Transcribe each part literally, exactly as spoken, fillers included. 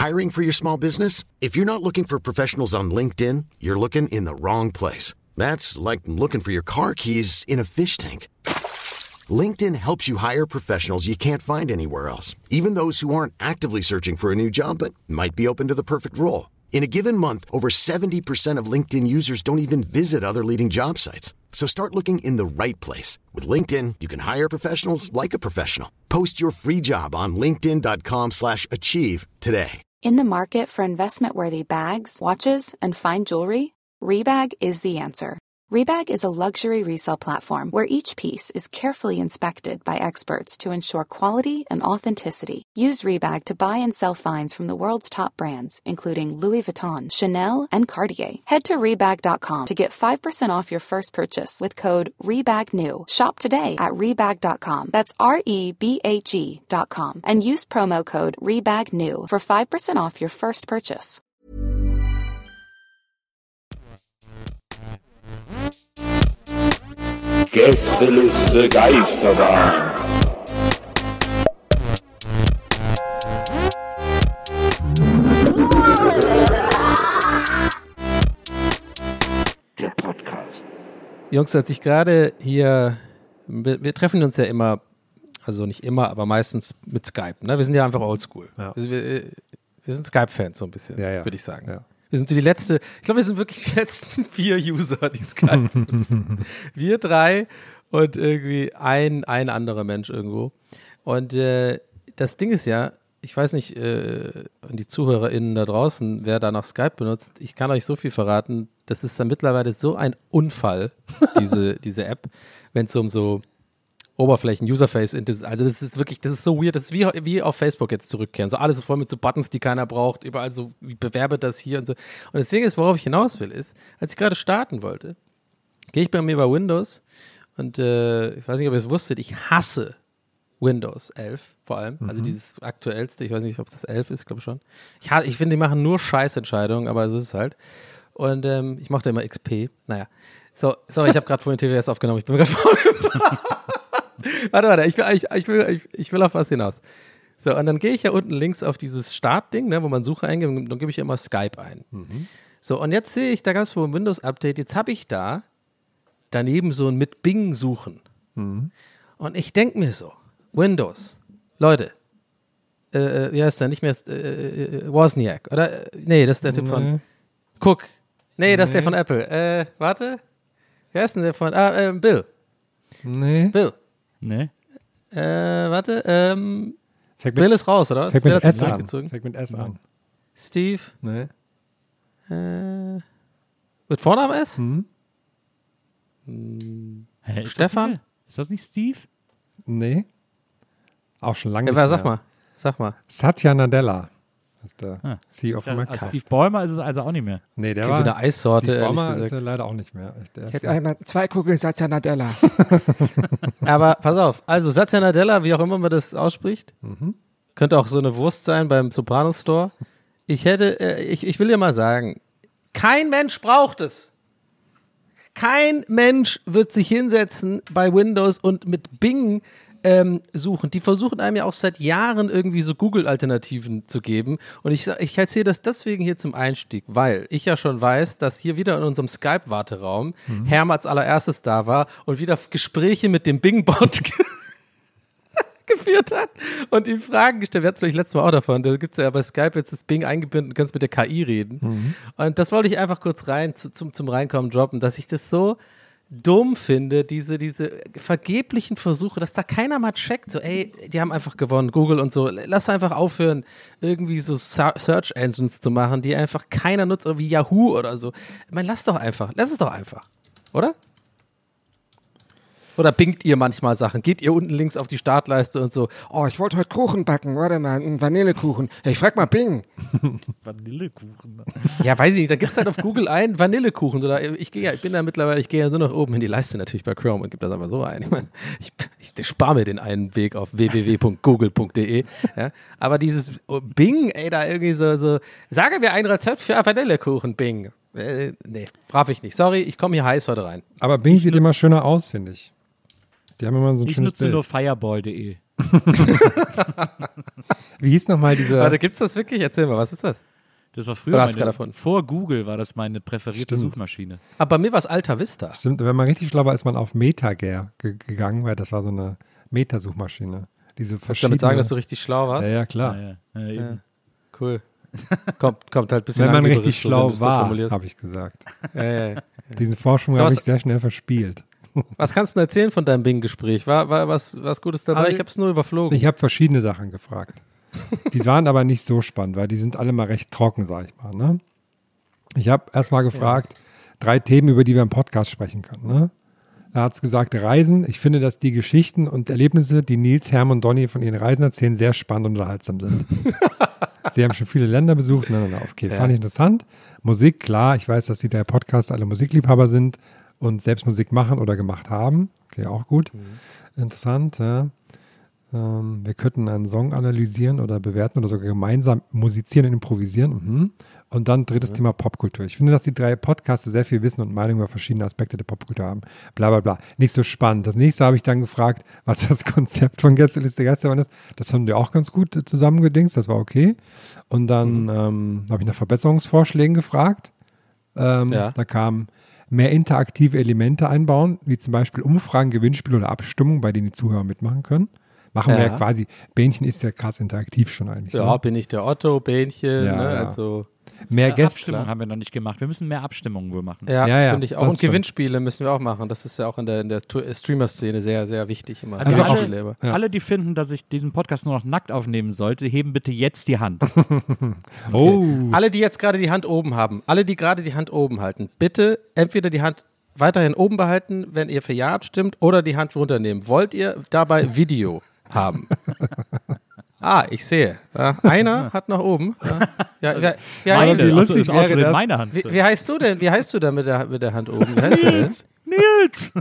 Hiring for your small business? If you're not looking for professionals on LinkedIn, you're looking in the wrong place. That's like looking for your car keys in a fish tank. LinkedIn helps you hire professionals you can't find anywhere else, even those who aren't actively searching for a new job but might be open to the perfect role. In a given month, over seventy percent of LinkedIn users don't even visit other leading job sites. So start looking in the right place. With LinkedIn, you can hire professionals like a professional. Post your free job on linkedin.com slash achieve today. In the market for investment-worthy bags, watches, and fine jewelry, Rebag is the answer. Rebag is a luxury resale platform where each piece is carefully inspected by experts to ensure quality and authenticity. Use Rebag to buy and sell finds from the world's top brands, including Louis Vuitton, Chanel, and Cartier. Head to Rebag dot com to get five percent off your first purchase with code REBAGNEW. Shop today at Rebag dot com. That's R E B A G dot com. And use promo code REBAGNEW for five percent off your first purchase. Gästeliste Geisterbahn. Der Podcast. Jungs, als ich gerade hier, wir, wir treffen uns ja immer, also nicht immer, aber meistens mit Skype. Ne? Wir sind ja einfach oldschool. Ja. Wir, wir, wir sind Skype-Fans so ein bisschen, ja, ja. würde ich sagen. Ja. Wir sind so die letzte, ich glaube, wir sind wirklich die letzten vier User, die Skype nutzen. Wir drei und irgendwie ein, ein anderer Mensch irgendwo. Und äh, das Ding ist ja, ich weiß nicht, äh, an die ZuhörerInnen da draußen, wer da noch Skype benutzt, ich kann euch so viel verraten, das ist dann mittlerweile so ein Unfall, diese, diese App, wenn es um so Oberflächen, Userface, also das ist wirklich, das ist so weird, das ist wie, wie auf Facebook jetzt zurückkehren. So alles ist voll mit so Buttons, die keiner braucht, überall so, wie bewerbe das hier und so. Und das Ding ist, worauf ich hinaus will, ist, als ich gerade starten wollte, gehe ich bei mir bei Windows und äh, ich weiß nicht, ob ihr es wusstet, ich hasse Windows elf vor allem, mhm. also dieses aktuellste, ich weiß nicht, ob es das elf ist, glaube ich schon. Ich, ich finde, die machen nur Scheißentscheidungen, aber so ist es halt. Und ähm, ich mochte immer X P, naja. So, sorry, ich habe gerade vorhin T W S aufgenommen, ich bin gerade voll Warte, warte, ich will, ich, ich, will, ich, ich will auf was hinaus. So, und dann gehe ich ja unten links auf dieses Startding, ne, wo man Suche eingibt, und dann gebe ich ja immer Skype ein. Mhm. So, und jetzt sehe ich, da gab es wohl ein Windows-Update, jetzt habe ich da daneben so ein mit Bing suchen. Mhm. Und ich denke mir so, Windows, Leute, äh, wie heißt der, nicht mehr, äh, äh, Wozniak, oder? Nee, das ist der Typ nee. von Cook. Nee, das nee. ist der von Apple. Äh, warte, wer ist denn der von, ah, äh, Bill. Nee. Bill. Nee. Äh, warte, ähm, mit, Bill ist raus, oder was? Fängt mit hat S sich an. Fängt mit S an. Steve? Nee. Äh, mit Vornamen S? Mhm. Hm. Hä, ist Stefan? Das ist das nicht Steve? Nee. Auch schon lange ja, nicht mehr. Sag mal, sag mal. Satya Nadella. Das ist der ah. C E O von Microsoft. Also Steve Ballmer ist es also auch nicht mehr. Nee, der das war eine Eissorte, Steve ehrlich Ballmer gesagt. ist er leider auch nicht mehr. Der ich hätte einmal zwei Kugeln Satya Nadella. Aber pass auf, also Satya Nadella, wie auch immer man das ausspricht, mhm. könnte auch so eine Wurst sein beim Sopranos Store. Ich hätte, äh, ich, ich will dir mal sagen, kein Mensch braucht es. Kein Mensch wird sich hinsetzen bei Windows und mit Bing ähm, suchen. Die versuchen einem ja auch seit Jahren irgendwie so Google-Alternativen zu geben. Und ich, ich erzähle das deswegen hier zum Einstieg, weil ich ja schon weiß, dass hier wieder in unserem Skype-Warteraum mhm. Herm als allererstes da war und wieder Gespräche mit dem Bing-Bot geführt hat und ihm Fragen gestellt. Wir hatten es vielleicht letztes Mal auch davon. Da gibt es ja bei Skype jetzt das Bing eingebunden und kannst mit der K I reden. Mhm. Und das wollte ich einfach kurz rein zu, zum, zum Reinkommen droppen, dass ich das so dumm finde, diese, diese vergeblichen Versuche, dass da keiner mal checkt, so ey, die haben einfach gewonnen, Google und so, lass einfach aufhören, irgendwie so Search Engines zu machen, die einfach keiner nutzt, oder wie Yahoo oder so. Ich meine, lass doch einfach, lass es doch einfach, oder? Oder bingt ihr manchmal Sachen? Geht ihr unten links auf die Startleiste und so, oh, ich wollte heute Kuchen backen, warte mal, einen Vanillekuchen. Ich frag mal Bing. Vanillekuchen? Ja, weiß ich nicht, da gibt's halt auf Google ein Vanillekuchen. Oder ich gehe ja, ich bin da mittlerweile, ich gehe ja nur noch oben in die Leiste natürlich bei Chrome und gebe das einfach so ein. Ich meine, ich, ich spare mir den einen Weg auf w w w punkt google punkt d e. Ja? Aber dieses Bing, ey, da irgendwie so, so, sage mir ein Rezept für Vanillekuchen, Bing. Äh, nee, brauche ich nicht. Sorry, ich komme hier heiß heute rein. Aber Bing sieht immer schöner aus, finde ich. Die haben immer so ein ich schönes nutze Bild. nur fireball punkt de. Wie hieß nochmal diese... Warte, gibt's das wirklich? Erzähl mal, was ist das? Das war früher Oder hast du meine, davon? vor Google war das meine präferierte Stimmt. Suchmaschine. Aber bei mir war es Alta Vista. Stimmt, wenn man richtig schlau war, ist man auf Metager ge- gegangen, weil das war so eine Metasuchmaschine. Diese Kannst du verschiedene... damit sagen, dass du richtig schlau warst? Ja, ja, klar. Ja, ja, ja, eben. Cool. kommt, kommt halt ein bisschen Wenn man angeberisch, richtig so, wenn schlau du's so war, formulierst. habe ich gesagt. Ja, ja, ja. Diesen Vorsprung So, habe was- ich sehr schnell verspielt. Was kannst du denn erzählen von deinem Bing-Gespräch? War, war was, was Gutes dabei? Also, ich habe es nur überflogen. Ich habe verschiedene Sachen gefragt. Die waren aber nicht so spannend, weil die sind alle mal recht trocken, sag ich mal. Ne? Ich habe erstmal gefragt, drei Themen, über die wir im Podcast sprechen können. Ne? Da hat es gesagt, Reisen. Ich finde, dass die Geschichten und Erlebnisse, die Nils, Herm und Donny von ihren Reisen erzählen, sehr spannend und unterhaltsam sind. Sie haben schon viele Länder besucht. Nein, nein, nein, okay, Ja. fand ich interessant. Musik, klar. Ich weiß, dass die drei Podcasts alle Musikliebhaber sind und selbst Musik machen oder gemacht haben. Okay, auch gut. Interessant, ja. Ähm, wir könnten einen Song analysieren oder bewerten oder sogar gemeinsam musizieren und improvisieren. Mhm. Und dann drittes Thema Popkultur. Ich finde, dass die drei Podcasts sehr viel Wissen und Meinung über verschiedene Aspekte der Popkultur haben. Bla bla bla. Nicht so spannend. Das nächste habe ich dann gefragt, was das Konzept von Gästeliste Geisterbahn ist. Das haben wir auch ganz gut äh, zusammengedingst. Das war okay. Und dann ähm, habe ich nach Verbesserungsvorschlägen gefragt. Ähm, Ja. Da kam mehr interaktive Elemente einbauen, wie zum Beispiel Umfragen, Gewinnspiele oder Abstimmungen, bei denen die Zuhörer mitmachen können. Machen wir Ja. ja quasi. Bähnchen ist ja krass interaktiv schon eigentlich. Ja, Ne? bin ich der Otto, Bähnchen, Ja, ne? ja. Also, Mehr Ja, Gäste. Abstimmung haben wir noch nicht gemacht. Wir müssen mehr Abstimmungen wohl machen. ja, Ja, ja, finde ich auch. das Und stimmt. Gewinnspiele müssen wir auch machen. Das ist ja auch in der, in der Tu- äh, Streamer-Szene sehr, sehr wichtig immer. Also Einfach auch- Gewinnspiele immer. Ja. Alle, die finden, dass ich diesen Podcast nur noch nackt aufnehmen sollte, heben bitte jetzt die Hand. Oh, Alle, die jetzt gerade die Hand oben haben, alle, die gerade die Hand oben halten, bitte entweder die Hand weiterhin oben behalten, wenn ihr für Ja abstimmt, oder die Hand runternehmen. Wollt ihr dabei Video haben? Ah, ich sehe. Ja, einer hat nach oben. Ja, ja, ja, ja, Meine, wie achso, lustig ist außerdem wäre das? meine Hand. wie, wie heißt du denn? Wie heißt du denn mit der, mit der Hand oben? Wie heißt du denn? Nils! Nils!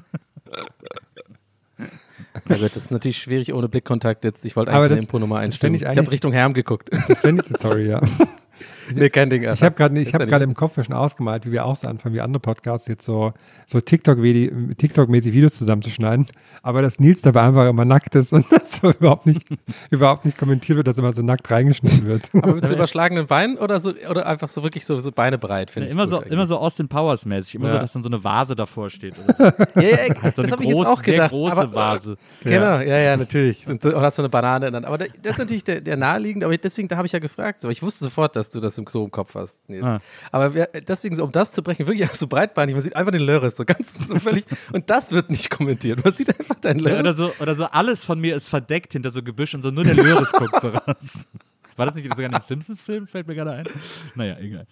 Na gut, das ist natürlich schwierig ohne Blickkontakt jetzt. Ich wollte Aber eigentlich eine das- Impro-Nummer das einstimmen. fänd ich Ich, habe eigentlich- Richtung Herm geguckt. das fände ich, sorry, ja. nee, kein Ding. Ich habe gerade ich hab gerade im Kopf mir schon ausgemalt, wie wir auch so anfangen, wie andere Podcasts jetzt so, so TikTok-mäßig TikTok Videos zusammenzuschneiden, aber dass Nils dabei einfach immer nackt ist und das so überhaupt nicht, überhaupt nicht kommentiert wird, dass immer so nackt reingeschnitten wird. Aber mit so überschlagenen Beinen oder so oder einfach so wirklich so, so Beine breit, finde ich. immer, gut so, eigentlich. immer so Austin Powers mäßig. Immer Ja. so, dass dann so eine Vase davor steht. Oder so. Ja, ja, Halt so das eine habe ich jetzt große, auch gedacht. sehr große aber, Vase. Genau, ja, ja, natürlich. Und du hast so eine Banane. Dann. Aber das ist natürlich der, der naheliegende, aber deswegen, da habe ich ja gefragt. So, ich wusste sofort, dass du das im- so im Kopf hast. Nils. Ah. Aber wir, deswegen, so, um das zu brechen, wirklich auch so breitbeinig, man sieht einfach den Lörres, so ganz so völlig, und das wird nicht kommentiert. Man sieht einfach deinen Ja, Lörres. oder, so, oder so alles von mir ist verdeckt hinter so Gebüsch und so nur der Löris guckt so raus. War das nicht sogar in dem Simpsons-Film? Fällt mir gerade ein. Naja, egal.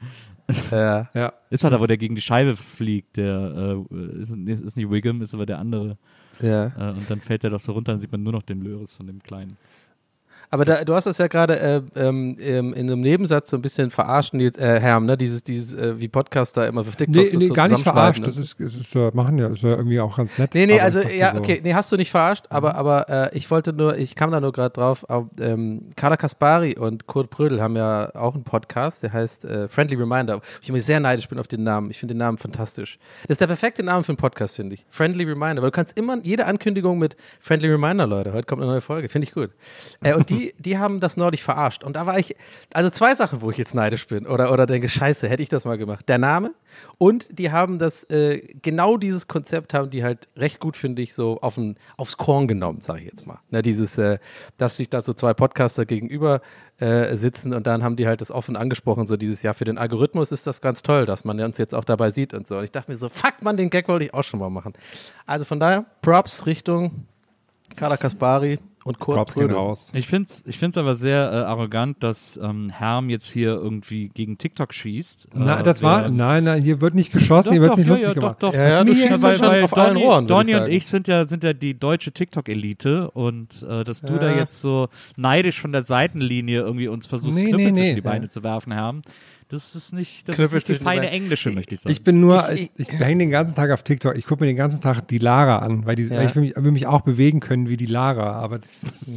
Ja. Ja. Ist doch da, wo der gegen die Scheibe fliegt. Der äh, ist, nee, ist nicht Wiggum, ist aber der andere. Ja. Äh, und dann fällt der doch so runter und sieht man nur noch den Löris von dem Kleinen. Aber da, du hast das ja gerade äh, ähm, ähm, in einem Nebensatz so ein bisschen verarscht, Nils- äh, Herm, ne? Dieses, dieses äh, wie Podcaster immer für TikTok Nee, so nee, so gar nicht zusammenschneiden, verarscht. ne? Das ist, es ist ja, machen ja, ist ja irgendwie auch ganz nett. Nee, nee, aber also ich dachte ja, so- okay, nee, hast du nicht verarscht, aber, aber äh, ich wollte nur, ich kam da nur gerade drauf, auf, ähm, Carla Kaspari und Kurt Prödel haben ja auch einen Podcast, der heißt äh, Friendly Reminder, wo ich immer sehr neidisch bin auf den Namen. Ich finde den Namen fantastisch. Das ist der perfekte Name für einen Podcast, finde ich. Friendly Reminder, weil du kannst immer jede Ankündigung mit Friendly Reminder, Leute, heute kommt eine neue Folge, finde ich gut. Äh, und die, die haben das neulich verarscht und da war ich, also zwei Sachen, wo ich jetzt neidisch bin oder, oder denke, scheiße, hätte ich das mal gemacht. Der Name und die haben das, äh, genau dieses Konzept haben die halt recht gut, finde ich, so auf ein, aufs Korn genommen, sage ich jetzt mal. Ne, dieses, äh, dass sich da so zwei Podcaster gegenüber äh, sitzen und dann haben die halt das offen angesprochen, so dieses, ja, für den Algorithmus ist das ganz toll, dass man uns jetzt auch dabei sieht und so. Und ich dachte mir so, fuck man, den Gag wollte ich auch schon mal machen. Also von daher, Props Richtung Carla Kaspari und Kurt Props gehen Prödel. raus. Ich finde es ich find's aber sehr äh, arrogant, dass ähm, Herm jetzt hier irgendwie gegen TikTok schießt. Na, Äh, das war, während- nein, nein, hier wird nicht geschossen, Doch, hier wird doch, nicht ja, lustig ja, gemacht. doch, doch. Ja, ja, Das du ist mir- schießt weil- schon weil auf allen Donny- Rohren, würde Donny ich und sagen. ich sind ja, sind ja die deutsche TikTok-Elite und äh, dass du Ja. da jetzt so neidisch von der Seitenlinie irgendwie uns versuchst, Nee, Knüppel nee, zwischen nee. die Beine zu werfen, Herm, das ist nicht, das Knüppel ist nicht die zwischen die feine Beine. Englische, möchte ich sagen. Ich bin nur, Ich- ich, ich hänge den ganzen Tag auf TikTok. Ich gucke mir den ganzen Tag die Lara an, weil die, Ja. weil ich will mich, will mich auch bewegen können wie die Lara. Aber das ist,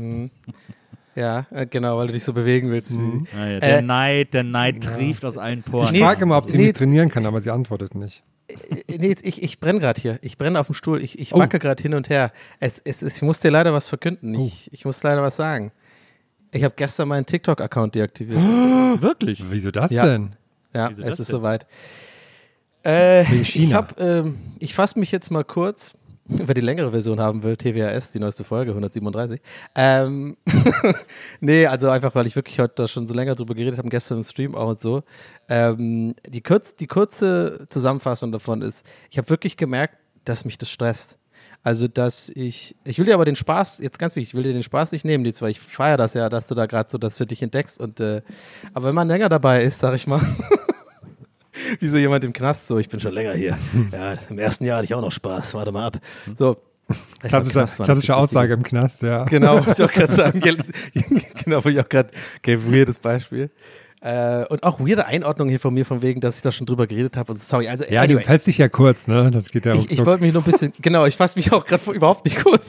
Ja, äh, genau, weil du dich so bewegen willst. Naja, der Äh, Neid, der Neid trieft aus allen Poren. ich frage immer, ob sie nee, mich trainieren kann, aber sie antwortet nicht. Nee, jetzt, ich, ich brenne gerade hier. Ich brenne auf dem Stuhl. Ich, ich wackel oh. gerade hin und her. Es, es, es, ich muss dir leider was verkünden. Ich, oh. ich muss leider was sagen. Ich habe gestern meinen TikTok-Account deaktiviert. Oh, wirklich? Wieso das ja. denn? Ja, Wieso es das ist denn? soweit. Äh, China. ich hab, ähm, ich fasse mich jetzt mal kurz. Wer die längere Version haben will, T W A S, die neueste Folge, hundertsiebenunddreißig. Ähm, nee, also einfach, weil ich wirklich heute da schon so länger drüber geredet habe, gestern im Stream auch und so. Ähm, die, kurz, die kurze Zusammenfassung davon ist, ich habe wirklich gemerkt, dass mich das stresst. Also, dass ich, ich will dir aber den Spaß, jetzt ganz wichtig, ich will dir den Spaß nicht nehmen, weil ich feiere das ja, dass du da gerade so das für dich entdeckst. Und, äh, aber wenn man länger dabei ist, sag ich mal, wie so jemand im Knast, so, ich bin schon länger hier. Ja, im ersten Jahr hatte ich auch noch Spaß, warte mal ab. So. Klassische, Knast, klassische Aussage im Knast, ja. Genau, wollte ich auch gerade sagen. Genau, wollte ich auch gerade, okay, weirdes Beispiel. Äh, und auch weirde Einordnung hier von mir, von wegen, dass ich da schon drüber geredet habe. Und sorry, also. Ja, anyway. du fällst dich ja kurz, ne? Das geht ja Ich, ich wollte mich nur ein bisschen, genau, ich fasse mich auch gerade überhaupt nicht kurz.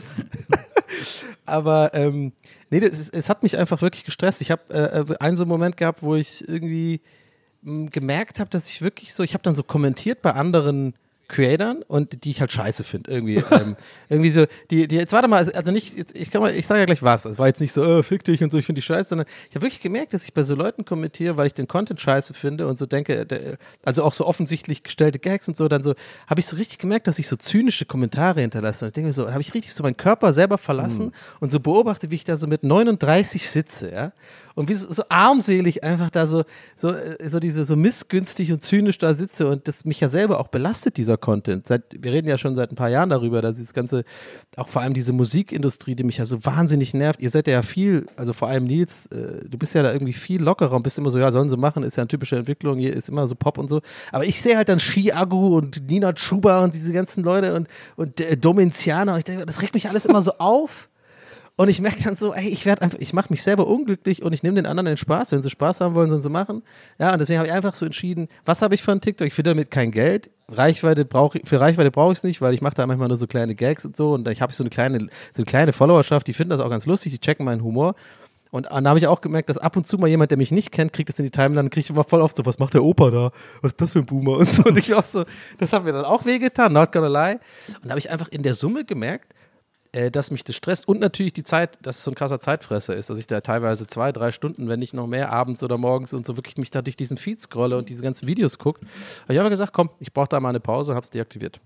Aber, ähm, nee, das ist, es hat mich einfach wirklich gestresst. Ich habe äh, einen so einen Moment gehabt, wo ich irgendwie mh, gemerkt habe, dass ich wirklich so, ich habe dann so kommentiert bei anderen Creatern und die ich halt scheiße finde. Irgendwie, ähm, irgendwie so, die, die, jetzt warte mal, also nicht, jetzt, ich kann mal, ich sage ja gleich was. Es war jetzt nicht so, oh, fick dich und so, ich finde die scheiße, sondern ich habe wirklich gemerkt, dass ich bei so Leuten kommentiere, weil ich den Content scheiße finde und so denke, der, also auch so offensichtlich gestellte Gags und so, dann so, habe ich so richtig gemerkt, dass ich so zynische Kommentare hinterlasse. Und ich denke mir so, habe ich richtig so meinen Körper selber verlassen mhm. und so beobachte, wie ich da so mit neununddreißig sitze, ja. Und wie so, so armselig einfach da so, so, so diese, so missgünstig und zynisch da sitze und das mich ja selber auch belastet, dieser Content. Seit, wir reden ja schon seit ein paar Jahren darüber, dass das ganze, auch vor allem diese Musikindustrie, die mich ja so wahnsinnig nervt. Ihr seid ja viel, also vor allem Nils, äh, du bist ja da irgendwie viel lockerer und bist immer so, ja, sollen sie machen, ist ja eine typische Entwicklung, hier ist immer so Pop und so. Aber ich sehe halt dann Chi-Agu und Nina Chuba und diese ganzen Leute und, und äh, Domiziana und ich denke, das regt mich alles immer so auf. Und ich merke dann so, ey, ich werde einfach, ich mache mich selber unglücklich und ich nehme den anderen den Spaß. Wenn sie Spaß haben wollen, sollen sie machen. Ja, und deswegen habe ich einfach so entschieden, was habe ich von TikTok? Ich finde damit kein Geld. Reichweite brauche ich, für Reichweite brauche ich es nicht, weil ich mache da manchmal nur so kleine Gags und so und ich habe so eine kleine, so eine kleine Followerschaft, die finden das auch ganz lustig, die checken meinen Humor. Und dann habe ich auch gemerkt, dass ab und zu mal jemand, der mich nicht kennt, kriegt das in die Timeline, kriegt immer voll oft so, was macht der Opa da? Was ist das für ein Boomer? Und so. Und ich auch so, das hat mir dann auch wehgetan, not gonna lie. Und da habe ich einfach in der Summe gemerkt, dass mich das stresst und natürlich die Zeit, dass es so ein krasser Zeitfresser ist, dass ich da teilweise zwei, drei Stunden, wenn nicht noch mehr, abends oder morgens und so wirklich mich da durch diesen Feed scrolle und diese ganzen Videos gucke. Ich habe gesagt, komm, ich brauche da mal eine Pause und habe es deaktiviert.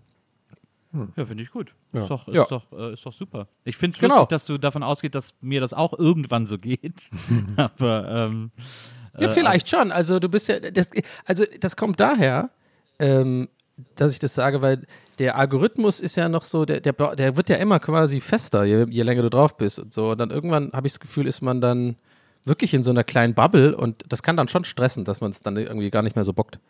Hm. Ja, finde ich gut. Ja. Ist, doch, ist, ja. doch, äh, ist doch super. Ich finde es genau. lustig, dass du davon ausgehst, dass mir das auch irgendwann so geht. Aber, ähm, ja, vielleicht äh, schon. Also du bist ja, das, also das kommt daher, ähm, dass ich das sage, weil der Algorithmus ist ja noch so, der, der, der wird ja immer quasi fester, je, je länger du drauf bist und so. Und dann irgendwann habe ich das Gefühl, ist man dann wirklich in so einer kleinen Bubble und das kann dann schon stressen, dass man es dann irgendwie gar nicht mehr so bockt.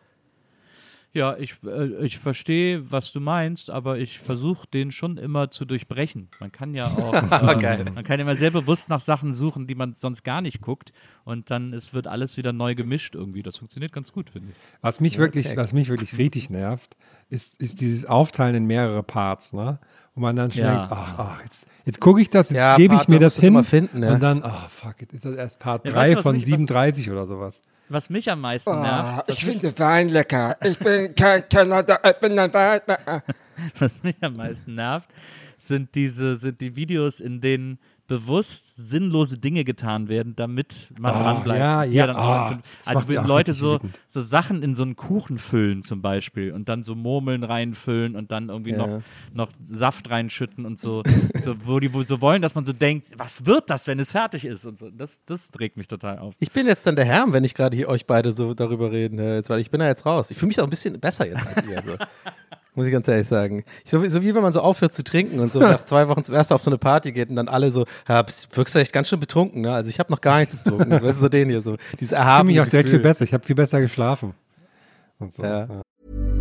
Ja, ich, äh, ich verstehe, was du meinst, aber ich versuche den schon immer zu durchbrechen. Man kann ja auch, ähm, man kann immer sehr bewusst nach Sachen suchen, die man sonst gar nicht guckt und dann ist, wird alles wieder neu gemischt irgendwie. Das funktioniert ganz gut, finde ich. Was mich, ja, wirklich, okay. was mich wirklich richtig nervt, ist, ist dieses Aufteilen in mehrere Parts, ne? Wo man dann schon ja. denkt, ach, ach, jetzt, jetzt gucke ich das, jetzt ja, gebe ich mir das hin finden, ja. und dann, ach, oh, fuck, jetzt ist das erst Part ja, drei weißt du, von mich, siebenunddreißig was, oder sowas. Was mich am meisten Oh, nervt. ich finde Wein lecker. Ich bin kein Kanada, ich bin ein Wein. Was mich am meisten nervt, sind diese, sind die Videos, in denen bewusst sinnlose Dinge getan werden, damit man oh, dranbleibt. Ja, ja, dann oh, so, also wenn Leute so, so Sachen in so einen Kuchen füllen zum Beispiel und dann so Murmeln reinfüllen und dann irgendwie ja. noch, noch Saft reinschütten und so, so wo die wo so wollen, dass man so denkt, was wird das, wenn es fertig ist und so. Das, das regt mich total auf. Ich bin jetzt dann der Herr, wenn ich gerade hier euch beide so darüber reden, jetzt, weil ich bin da jetzt raus. Ich fühle mich auch ein bisschen besser jetzt als ihr. So. Muss ich ganz ehrlich sagen. So, so wie wenn man so aufhört zu trinken und so nach zwei Wochen zum ersten auf so eine Party geht und dann alle so, ja, bist, wirkst du echt ganz schön betrunken, ne? Also ich habe noch gar nichts betrunken. Weißt du, so den hier so. Dieses erhabene Ich fühle mich auch direkt Gefühl. viel besser. Ich habe viel besser geschlafen. Und so. Ja. Ja.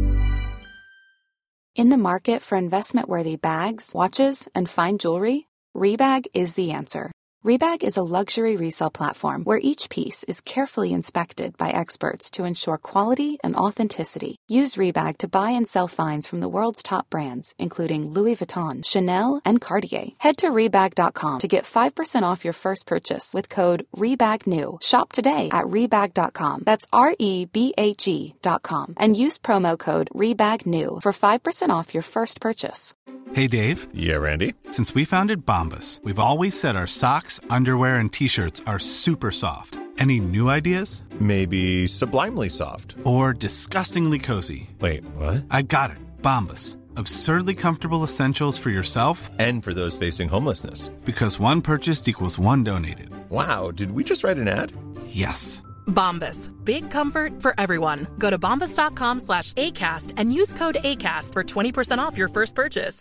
In the market for investment-worthy bags, watches, and fine jewelry, Rebag is the answer. Rebag is a luxury resale platform where each piece is carefully inspected by experts to ensure quality and authenticity. Use Rebag to buy and sell finds from the world's top brands, including Louis Vuitton, Chanel, and Cartier. Head to Rebag dot com to get five percent off your first purchase with code REBAGNEW. Shop today at Rebag dot com. That's R E B A G dot com. And use promo code REBAGNEW for five percent off your first purchase. Hey, Dave. Yeah, Randy? Since we founded Bombas, we've always said our socks, underwear, and T-shirts are super soft. Any new ideas? Maybe sublimely soft. Or disgustingly cozy. Wait, what? I got it. Bombas. Absurdly comfortable essentials for yourself and for those facing homelessness. Because one purchased equals one donated. Wow, did we just write an ad? Yes. Bombas. Big comfort for everyone. Go to bombas dot com slash ACAST and use code ACAST for twenty percent off your first purchase.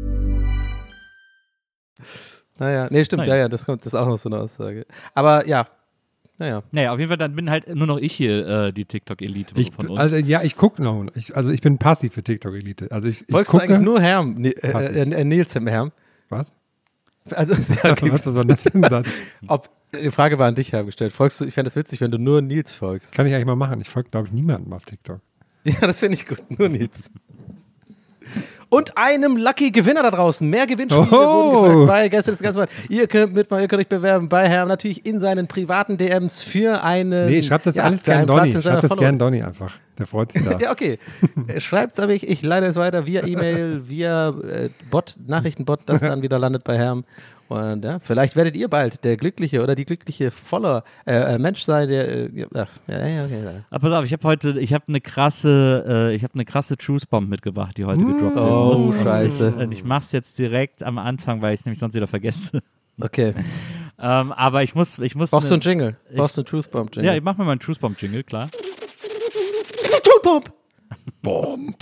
Naja, nee, stimmt, naja. ja, ja, das kommt, das ist auch noch so eine Aussage. Aber ja, naja. Naja, auf jeden Fall, dann bin halt nur noch ich hier äh, die TikTok-Elite ich, von uns. Also ja, ich gucke noch, ich, also ich bin passiv für TikTok-Elite. Also ich, ich Folgst gucke, du eigentlich nur Herm, ne, äh, äh, Nils im Herm? Was? Also, ja, okay. Was soll das denn sein? Ob, die Frage war an dich hergestellt. Folgst du, ich fände das witzig, wenn du nur Nils folgst. Kann ich eigentlich mal machen. Ich folge, glaube ich, niemandem auf TikTok. Ja, das finde ich gut. Nur Nils. Und einem Lucky-Gewinner da draußen. Mehr Gewinnspiele oh. wurden gefragt bei Gäste des Ganzen. Ihr könnt mitmachen, ihr könnt euch bewerben bei Herrn, natürlich in seinen privaten D Ms für eine. Nee, schreibt das ja, alles gern Donny. Schreibt das gern Donny einfach. Der freut sich da. Ja, okay. Schreibt's aber ich, ich leite es weiter via E-Mail, via äh, Bot, Nachrichtenbot, das dann wieder landet bei Herrn. Und ja, vielleicht werdet ihr bald der glückliche oder die glückliche Follower äh, Mensch sein, der äh, ja, ja, ja, okay. Aber pass auf, ich habe heute, ich habe eine krasse, äh, ich habe eine krasse Truth Bomb mitgebracht, die heute gedroppt wird. Oh, muss. scheiße. Und ich mach's jetzt direkt am Anfang, weil ich es nämlich sonst wieder vergesse. Okay. ähm, aber ich muss, ich muss. Brauchst du eine, einen Jingle? Ich, Brauchst du einen Truth Bomb Jingle? Ja, ich mach mir mal einen Truth Bomb Jingle, klar. Truth Bomb! Bomb.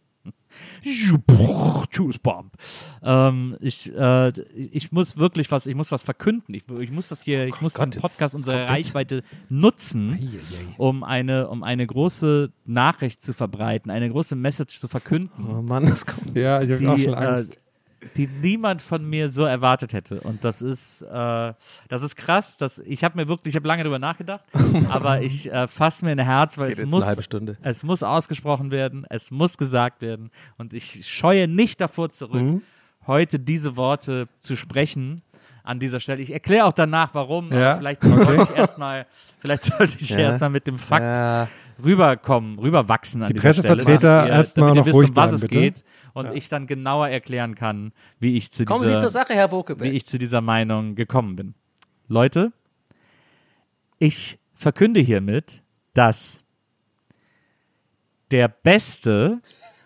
Truth Bomb. Ähm, ich, äh, ich muss wirklich was, ich muss was verkünden. Ich, ich muss das hier, ich oh muss Gott, diesen Podcast, unsere jetzt. Reichweite nutzen, um eine, um eine große Nachricht zu verbreiten, eine große Message zu verkünden. Oh Mann, das kommt. Ja, ich habe auch schon Angst. Äh, die niemand von mir so erwartet hätte. Und das ist, äh, das ist krass. Das, ich habe mir wirklich, ich habe lange darüber nachgedacht, aber ich äh, fasse mir ein Herz, weil Geht es jetzt muss, eine halbe Stunde. es muss ausgesprochen werden, es muss gesagt werden. Und ich scheue nicht davor zurück, mhm. heute diese Worte zu sprechen an dieser Stelle. Ich erkläre auch danach, warum. Ja. Aber vielleicht sollte ich erstmal, vielleicht sollte ich ja. erstmal mit dem Fakt Ja. rüberkommen, rüberwachsen an Die dieser Stelle. Pressevertreter erstmal noch wisst, ruhig um was bleiben, es bitte. geht und Ja. ich dann genauer erklären kann, wie ich zu Kommen dieser, Sie zur Sache, Herr Bokebeck. wie ich zu dieser Meinung gekommen bin. Leute, ich verkünde hiermit, dass der beste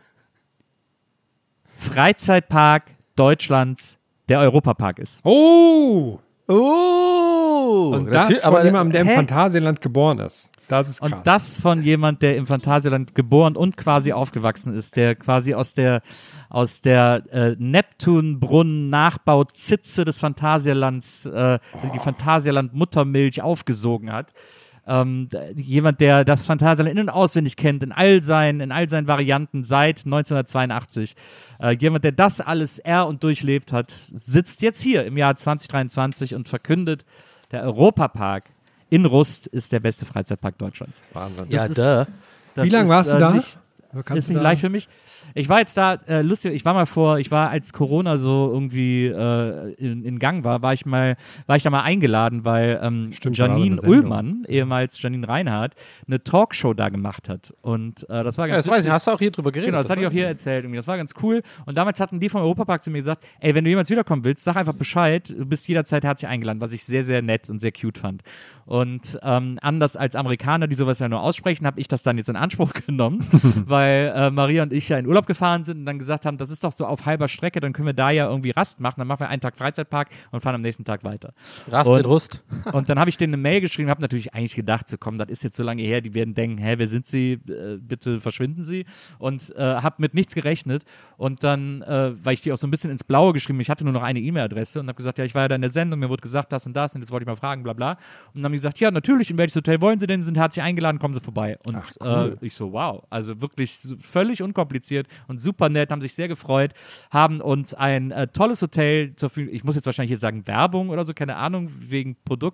Freizeitpark Deutschlands der Europapark ist. Oh! Oh! Und das von jemandem, der im Phantasialand geboren ist. Das ist krass. Und das von jemand, der im Phantasialand geboren und quasi aufgewachsen ist, der quasi aus der, aus der äh, Neptunbrunnen-Nachbauzitze des Phantasialands äh, oh. die Phantasialand-Muttermilch aufgesogen hat. Ähm, jemand, der das Phantasialand in- und auswendig kennt, in all seinen, in all seinen Varianten seit neunzehnhundertzweiundachtzig. Äh, jemand, der das alles er und durchlebt hat, sitzt jetzt hier im Jahr zwanzig dreiundzwanzig und verkündet, der Europapark in Rust ist der beste Freizeitpark Deutschlands. Wahnsinn. Das Ja, ist, duh. das Wie lange ist, warst du äh, da? Nicht, ist nicht leicht für mich. Ich war jetzt da, äh, lustig, ich war mal vor, ich war, als Corona so irgendwie äh, in, in Gang war, war ich mal, war ich da mal eingeladen, weil ähm, Stimmt, da war Janine eine Sendung. Ullmann, ehemals Janine Reinhardt, eine Talkshow da gemacht hat. Und äh, das war Ja, ganz das weiß ich, witzig. hast du auch hier drüber geredet. Genau, das, hatte ich auch hier erzählt. Irgendwie. Das war ganz cool. Und damals hatten die vom Europapark zu mir gesagt, ey, wenn du jemals wiederkommen willst, sag einfach Bescheid. Du bist jederzeit herzlich eingeladen, was ich sehr, sehr nett und sehr cute fand. Und ähm, anders als Amerikaner, die sowas ja nur aussprechen, habe ich das dann jetzt in Anspruch genommen, weil äh, Maria und ich ja in Urlaub gefahren sind und dann gesagt haben, das ist doch so auf halber Strecke, dann können wir da ja irgendwie Rast machen. Dann machen wir einen Tag Freizeitpark und fahren am nächsten Tag weiter. Rast und, in Rust. Und dann habe ich denen eine Mail geschrieben, habe natürlich eigentlich gedacht, so komm, das ist jetzt so lange her, die werden denken, hä, wer sind sie, äh, bitte verschwinden sie. Und äh, habe mit nichts gerechnet. Und dann, äh, weil ich die auch so ein bisschen ins Blaue geschrieben, ich hatte nur noch eine E-Mail-Adresse und habe gesagt, ja, ich war ja da in der Sendung, mir wurde gesagt, das und das und jetzt wollte ich mal fragen, bla bla. Und dann haben die gesagt, ja, natürlich, in welches Hotel wollen sie denn, sind herzlich eingeladen, kommen sie vorbei. Und Ach, cool. äh, ich so, wow, also wirklich wirklich völlig unkompliziert und super nett, haben sich sehr gefreut, haben uns ein äh, tolles Hotel zur Verfügung, ich muss jetzt wahrscheinlich hier sagen Werbung oder so, keine Ahnung, wegen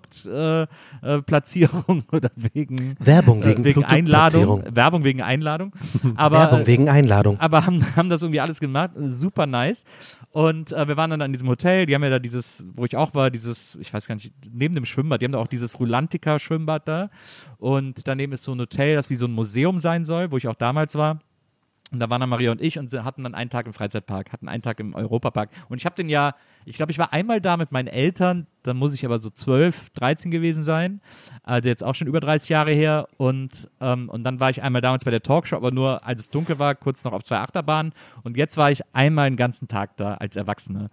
Produktplatzierung äh, äh, oder wegen Werbung wegen, äh, wegen Einladung. Werbung wegen Einladung. Aber, Werbung wegen Einladung. Aber haben, haben das irgendwie alles gemacht, super nice. Und äh, wir waren dann in diesem Hotel, die haben ja da dieses, wo ich auch war, dieses, ich weiß gar nicht, neben dem Schwimmbad, die haben da auch dieses Rulantica-Schwimmbad da. Und daneben ist so ein Hotel, das wie so ein Museum sein soll, wo ich auch damals war. Und da waren dann Maria und ich und hatten dann einen Tag im Freizeitpark, hatten einen Tag im Europapark. Und ich habe den ja, ich glaube, ich war einmal da mit meinen Eltern, dann muss ich aber so zwölf, dreizehn gewesen sein. Also jetzt auch schon über dreißig Jahre her. Und, ähm, und dann war ich einmal damals bei der Talkshow, aber nur als es dunkel war, kurz noch auf zwei Achterbahnen. Und jetzt war ich einmal einen ganzen Tag da als Erwachsene.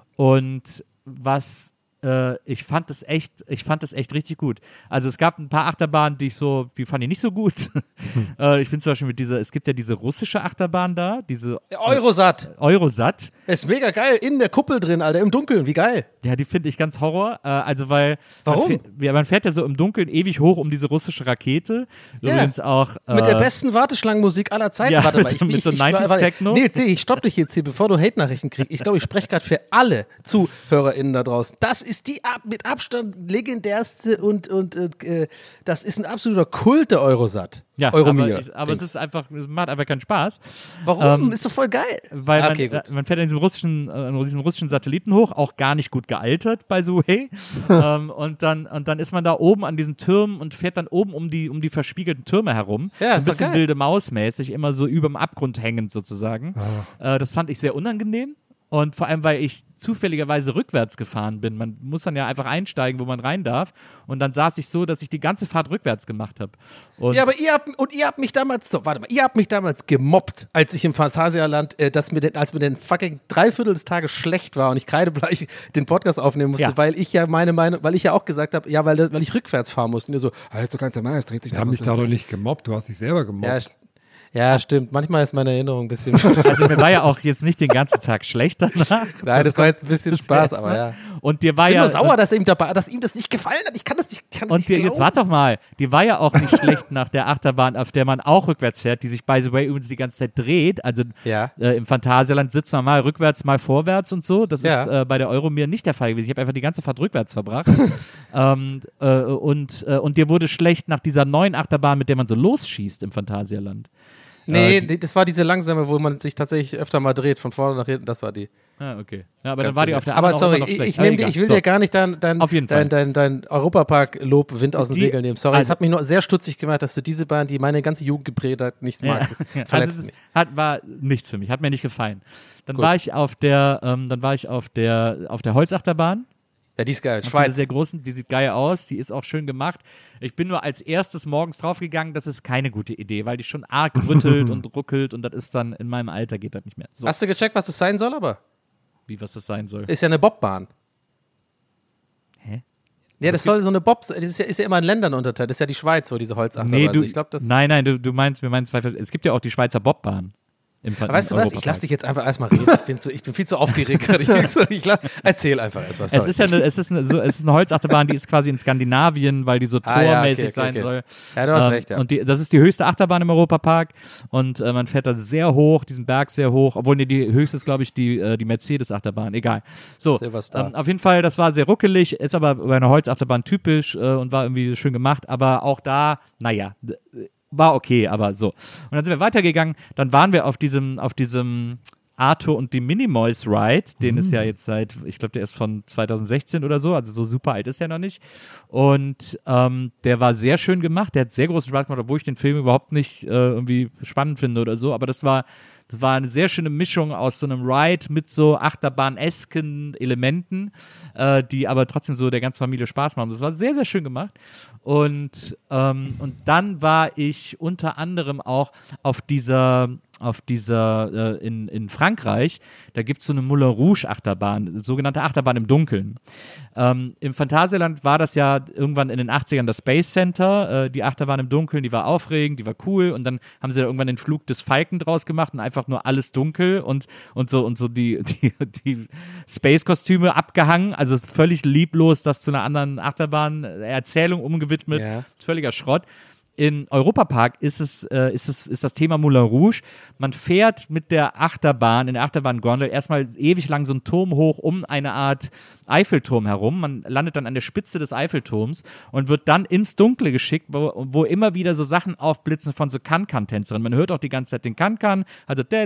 Und was... ich fand das echt, ich fand das echt richtig gut. Also es gab ein paar Achterbahnen, die ich so, die fand ich nicht so gut. Hm. äh, ich bin zum Beispiel mit dieser, es gibt ja diese russische Achterbahn da, diese Eurosat. Äh, Eurosat. Ist mega geil, in der Kuppel drin, Alter, im Dunkeln, wie geil. Ja, die finde ich ganz Horror. Äh, also weil Warum? Man fährt, ja, man fährt ja so im Dunkeln ewig hoch um diese russische Rakete. Ja. Übrigens auch äh, mit der besten Warteschlangenmusik aller Zeiten. Ja, Warte mal, mit, ich, mit ich, so ich, neunziger-Techno. Nee, nee, ich stopp dich jetzt hier, bevor du Hate-Nachrichten kriegst. Ich glaube, ich spreche gerade für alle ZuhörerInnen da draußen. Das ist die ab, mit Abstand legendärste und, und äh, das ist ein absoluter Kult der Eurosat. Ja, Euromir, aber, ich, aber es ist einfach, es macht einfach keinen Spaß. Warum? Ähm, ist doch voll geil. Weil okay, man, man fährt in diesem russischen, äh, diesem russischen Satelliten hoch, auch gar nicht gut gealtert, by the way. ähm, und, dann, und dann ist man da oben an diesen Türmen und fährt dann oben um die, um die verspiegelten Türme herum. Ja, ein ist doch bisschen geil. wilde Maus-mäßig, immer so überm Abgrund hängend sozusagen. Oh. Äh, das fand ich sehr unangenehm. Und vor allem, weil ich zufälligerweise rückwärts gefahren bin. Man muss dann ja einfach einsteigen, wo man rein darf. Und dann saß ich so, dass ich die ganze Fahrt rückwärts gemacht habe. Ja, aber ihr habt, und ihr habt mich damals, doch, warte mal, ihr habt mich damals gemobbt, als ich im Phantasialand, äh, dass mir den, als mir den fucking Dreiviertel des Tages schlecht war und ich kreidebleich den Podcast aufnehmen musste, Ja. weil ich ja meine Meinung, weil ich ja auch gesagt habe, ja, weil, das, weil ich rückwärts fahren musste. Und ihr so, Ah, ist doch ganz normal, es dreht sich Wir doch haben was dich da doch nicht gemobbt, du hast dich selber gemobbt. ja, st- ja, stimmt. Manchmal ist meine Erinnerung ein bisschen. Also mir war ja auch jetzt nicht den ganzen Tag schlecht danach. Nein, das war jetzt ein bisschen Das Spaß, erst aber mal. ja. Und dir war Ich bin ja nur sauer, dass ihm, dabei, dass ihm das nicht gefallen hat. Ich kann das nicht, ich kann das Und nicht dir, glauben. jetzt warte doch mal, die war ja auch nicht schlecht nach der Achterbahn, auf der man auch rückwärts fährt, die sich by the way übrigens die ganze Zeit dreht. Also Ja. äh, im Phantasialand sitzt man mal rückwärts, mal vorwärts und so. Das Ja. ist äh, bei der Euromir nicht der Fall gewesen. Ich habe einfach die ganze Fahrt rückwärts verbracht. ähm, äh, und, äh, und dir wurde schlecht nach dieser neuen Achterbahn, mit der man so losschießt im Phantasialand. Nee, Äh, nee, das war diese langsame, wo man sich tatsächlich öfter mal dreht, von vorne nach hinten, das war die. Ah, okay. Ja, aber Ganz dann war die sicher. auf der Aber anderen auch sorry, immer noch ich, schlecht. ich, nehm, Aber dir- egal. ich will So. dir gar nicht dein, dein, Auf jeden dein, Fall. dein, dein Europapark-Lob Wind aus den Die- Segeln nehmen. Sorry, also- es hat mich nur sehr stutzig gemacht, dass du diese Bahn, die meine ganze Jugend geprägt hat, nicht Ja. magst. Das Also verletzt es mich. hat, war nichts für mich, hat mir nicht gefallen. Dann Gut. war ich auf der, ähm, dann war ich auf der, auf der Holzachterbahn. Ja, die ist geil. Auf Schweiz. dieser sehr großen, die sieht geil aus, die ist auch schön gemacht. Ich bin nur als erstes morgens draufgegangen, das ist keine gute Idee, weil die schon arg rüttelt und ruckelt und das ist dann, in meinem Alter geht das nicht mehr. So, Hast du gecheckt, was das sein soll, aber? wie was das sein soll. Ist ja eine Bobbahn. Hä? Ja, das soll so eine Bob, das ist ja, ist ja immer in Ländern unterteilt. Das ist ja die Schweiz, wo diese Holzachterbahn Nee, ist. du, Ich glaub, das. nein, nein, du, du meinst, wir meinen zwei, es gibt ja auch die Schweizer Bobbahn. Im Ver- Aber weißt im du was? Ich Europapark. lass dich jetzt einfach erstmal reden. Ich bin, zu, ich bin viel zu aufgeregt gerade. Ich, so, ich lass, erzähl einfach erst was. Es sorry. ist ja eine, es ist eine, so, es ist eine Holzachterbahn, die ist quasi in Skandinavien, weil die so Ah, ja, tormäßig okay, okay, sein okay. soll. Ja, du hast Ähm, recht, ja. Und die, das ist die höchste Achterbahn im Europapark und äh, man fährt da sehr hoch, diesen Berg sehr hoch, obwohl nee, die höchste ist, glaube ich, die, äh, die Mercedes-Achterbahn, egal. So, Silverstar. ähm, auf jeden Fall, das war sehr ruckelig, ist aber bei einer Holzachterbahn typisch äh, und war irgendwie schön gemacht, aber auch da, naja, d- war okay, aber so. Und dann sind wir weitergegangen, dann waren wir auf diesem, auf diesem Arthur und die Minimoys Ride, den ist ja jetzt seit, ich glaube, der ist von zwanzig sechzehn oder so, also so super alt ist er noch nicht. Und ähm, der war sehr schön gemacht, der hat sehr großen Spaß gemacht, obwohl ich den Film überhaupt nicht äh, irgendwie spannend finde oder so, aber das war Das war eine sehr schöne Mischung aus so einem Ride mit so Achterbahn-esken Elementen, äh, die aber trotzdem so der ganzen Familie Spaß machen. Das war sehr, sehr schön gemacht. Und, ähm, und dann war ich unter anderem auch auf dieser, auf dieser äh, in, in Frankreich, da gibt es so eine Moulin Rouge Achterbahn, sogenannte Achterbahn im Dunkeln. Ähm, Im Phantasialand war das ja irgendwann in den achtzigern das Space Center, äh, die Achterbahn im Dunkeln, die war aufregend, die war cool und dann haben sie da irgendwann den Flug des Falken draus gemacht und einfach nur alles dunkel und, und so und so die, die, die Space-Kostüme abgehangen, also völlig lieblos das zu einer anderen Achterbahn-Erzählung umgewidmet, Ja. völliger Schrott. in Europapark ist es, äh, ist es ist das Thema Moulin Rouge. Man fährt mit der Achterbahn, in der Achterbahn-Gondel erstmal ewig lang so einen Turm hoch um eine Art Eiffelturm herum. Man landet dann an der Spitze des Eiffelturms und wird dann ins Dunkle geschickt, wo, wo immer wieder so Sachen aufblitzen von so Kan-Kan-Tänzerinnen. Man hört auch die ganze Zeit den Kan-Kan, also und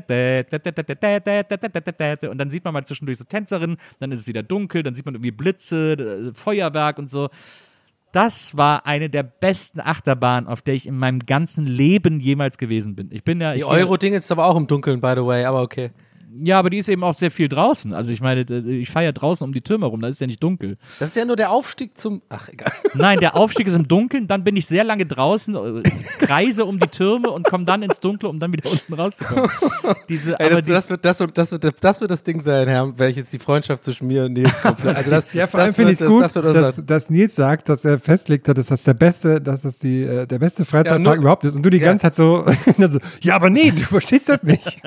dann sieht man mal zwischendurch so Tänzerinnen, dann ist es wieder dunkel, dann sieht man irgendwie Blitze, Feuerwerk und so. Das war eine der besten Achterbahnen, auf der ich in meinem ganzen Leben jemals gewesen bin. Ich bin ja, die ich Euro-Ding ist aber auch im Dunkeln, by the way, aber okay. Ja, aber die ist eben auch sehr viel draußen. Also ich meine, ich fahre ja draußen um die Türme rum, da ist ja nicht dunkel. Das ist ja nur der Aufstieg zum... Ach, egal. Nein, der Aufstieg ist im Dunkeln, dann bin ich sehr lange draußen, kreise um die Türme und komme dann ins Dunkle, um dann wieder unten rauszukommen. Diese, Ey, aber das, das, wird, das, wird, das, wird, das wird das Ding sein, Herr, welches die Freundschaft zwischen mir und Nils komplett... Also das, ja, vor allem finde ich es gut, das dass, dass Nils sagt, dass er festlegt hat, dass das der beste, dass das die, äh, der beste Freizeitpark ja, überhaupt ist. Und du die ja. ganze Zeit so, so, ja, aber nee, du verstehst das nicht.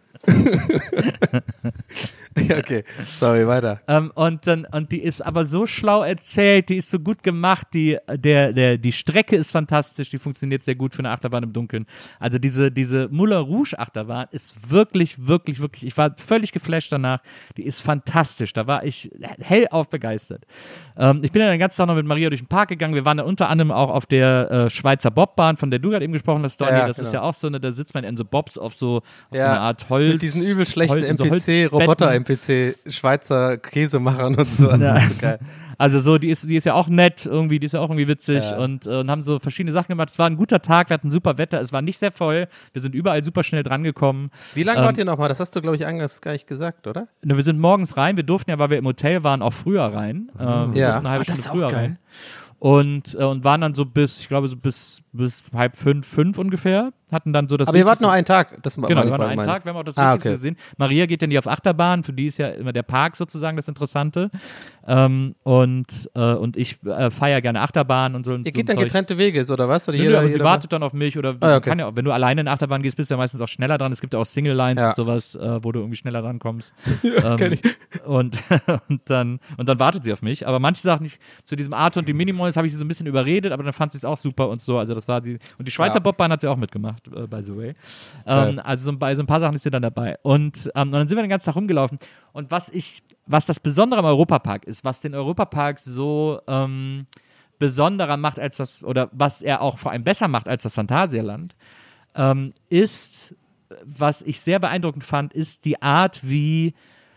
Ja, okay, sorry, weiter. Ähm, und, dann, und die ist aber so schlau erzählt, die ist so gut gemacht, die, der, der, die Strecke ist fantastisch, die funktioniert sehr gut für eine Achterbahn im Dunkeln. Also diese, diese Moulin Rouge Achterbahn ist wirklich, wirklich, wirklich, ich war völlig geflasht danach, die ist fantastisch, da war ich hellauf begeistert. Ähm, ich bin dann den ganzen Tag noch mit Maria durch den Park gegangen, wir waren dann unter anderem auch auf der äh, Schweizer Bobbahn, von der du gerade eben gesprochen hast, Donny, ja, das genau. ist ja auch so eine, da sitzt man in so Bobs auf so, auf ja, so eine Art Holz. Mit diesen übel schlechten M P C-Roboter-M P C, Schweizer Käsemachern und so. Ja. Das ist so geil. Also so, die ist, die ist ja auch nett irgendwie, die ist ja auch irgendwie witzig ja. und, äh, und haben so verschiedene Sachen gemacht. Es war ein guter Tag, wir hatten super Wetter, es war nicht sehr voll, wir sind überall super schnell drangekommen. Wie lange ähm, wart ihr nochmal? Das hast du, glaube ich, eingangs gar nicht gesagt, oder? Ne, wir sind morgens rein, wir durften ja, weil wir im Hotel waren, auch früher rein. Äh, wir ja, durften eine halbe oh, das Stunde ist auch früher geil. rein. Und, äh, und waren dann so bis, ich glaube, so bis, bis halb fünf, fünf ungefähr. Hatten dann so das Aber ihr wart nur einen Tag. Das genau, wir waren nur einen Tag, wir haben auch das ah, Wichtigste okay. gesehen. Maria geht ja nicht auf Achterbahn, für die ist ja immer der Park sozusagen das Interessante. Ähm, und, äh, und ich äh, feiere gerne Achterbahn und so. Und ihr so geht dann Zeug. getrennte Wege, oder was? Oder Nö, jeder, aber jeder sie wartet dann auf mich oder ah, okay. kann ja, wenn du alleine in Achterbahn gehst, bist du ja meistens auch schneller dran. Es gibt ja auch Single Lines ja. und sowas, äh, wo du irgendwie schneller dran kommst. Ja, ähm, und, und, dann, und dann wartet sie auf mich. Aber manche Sachen nicht, zu diesem Arthur und die Minimoys habe ich sie so ein bisschen überredet, aber dann fand sie es auch super und so. Also das war sie. Und die Schweizer ja. Bobbahn hat sie auch mitgemacht, äh, by the way. Ähm, also bei so ein paar Sachen ist sie dann dabei. Und, ähm, und dann sind wir den ganzen Tag rumgelaufen. Und was ich, was das Besondere am Europapark ist, was den Europapark so ähm, besonderer macht als das, oder was er auch vor allem besser macht als das Phantasialand, ähm, ist, was ich sehr beeindruckend fand, ist die Art, wie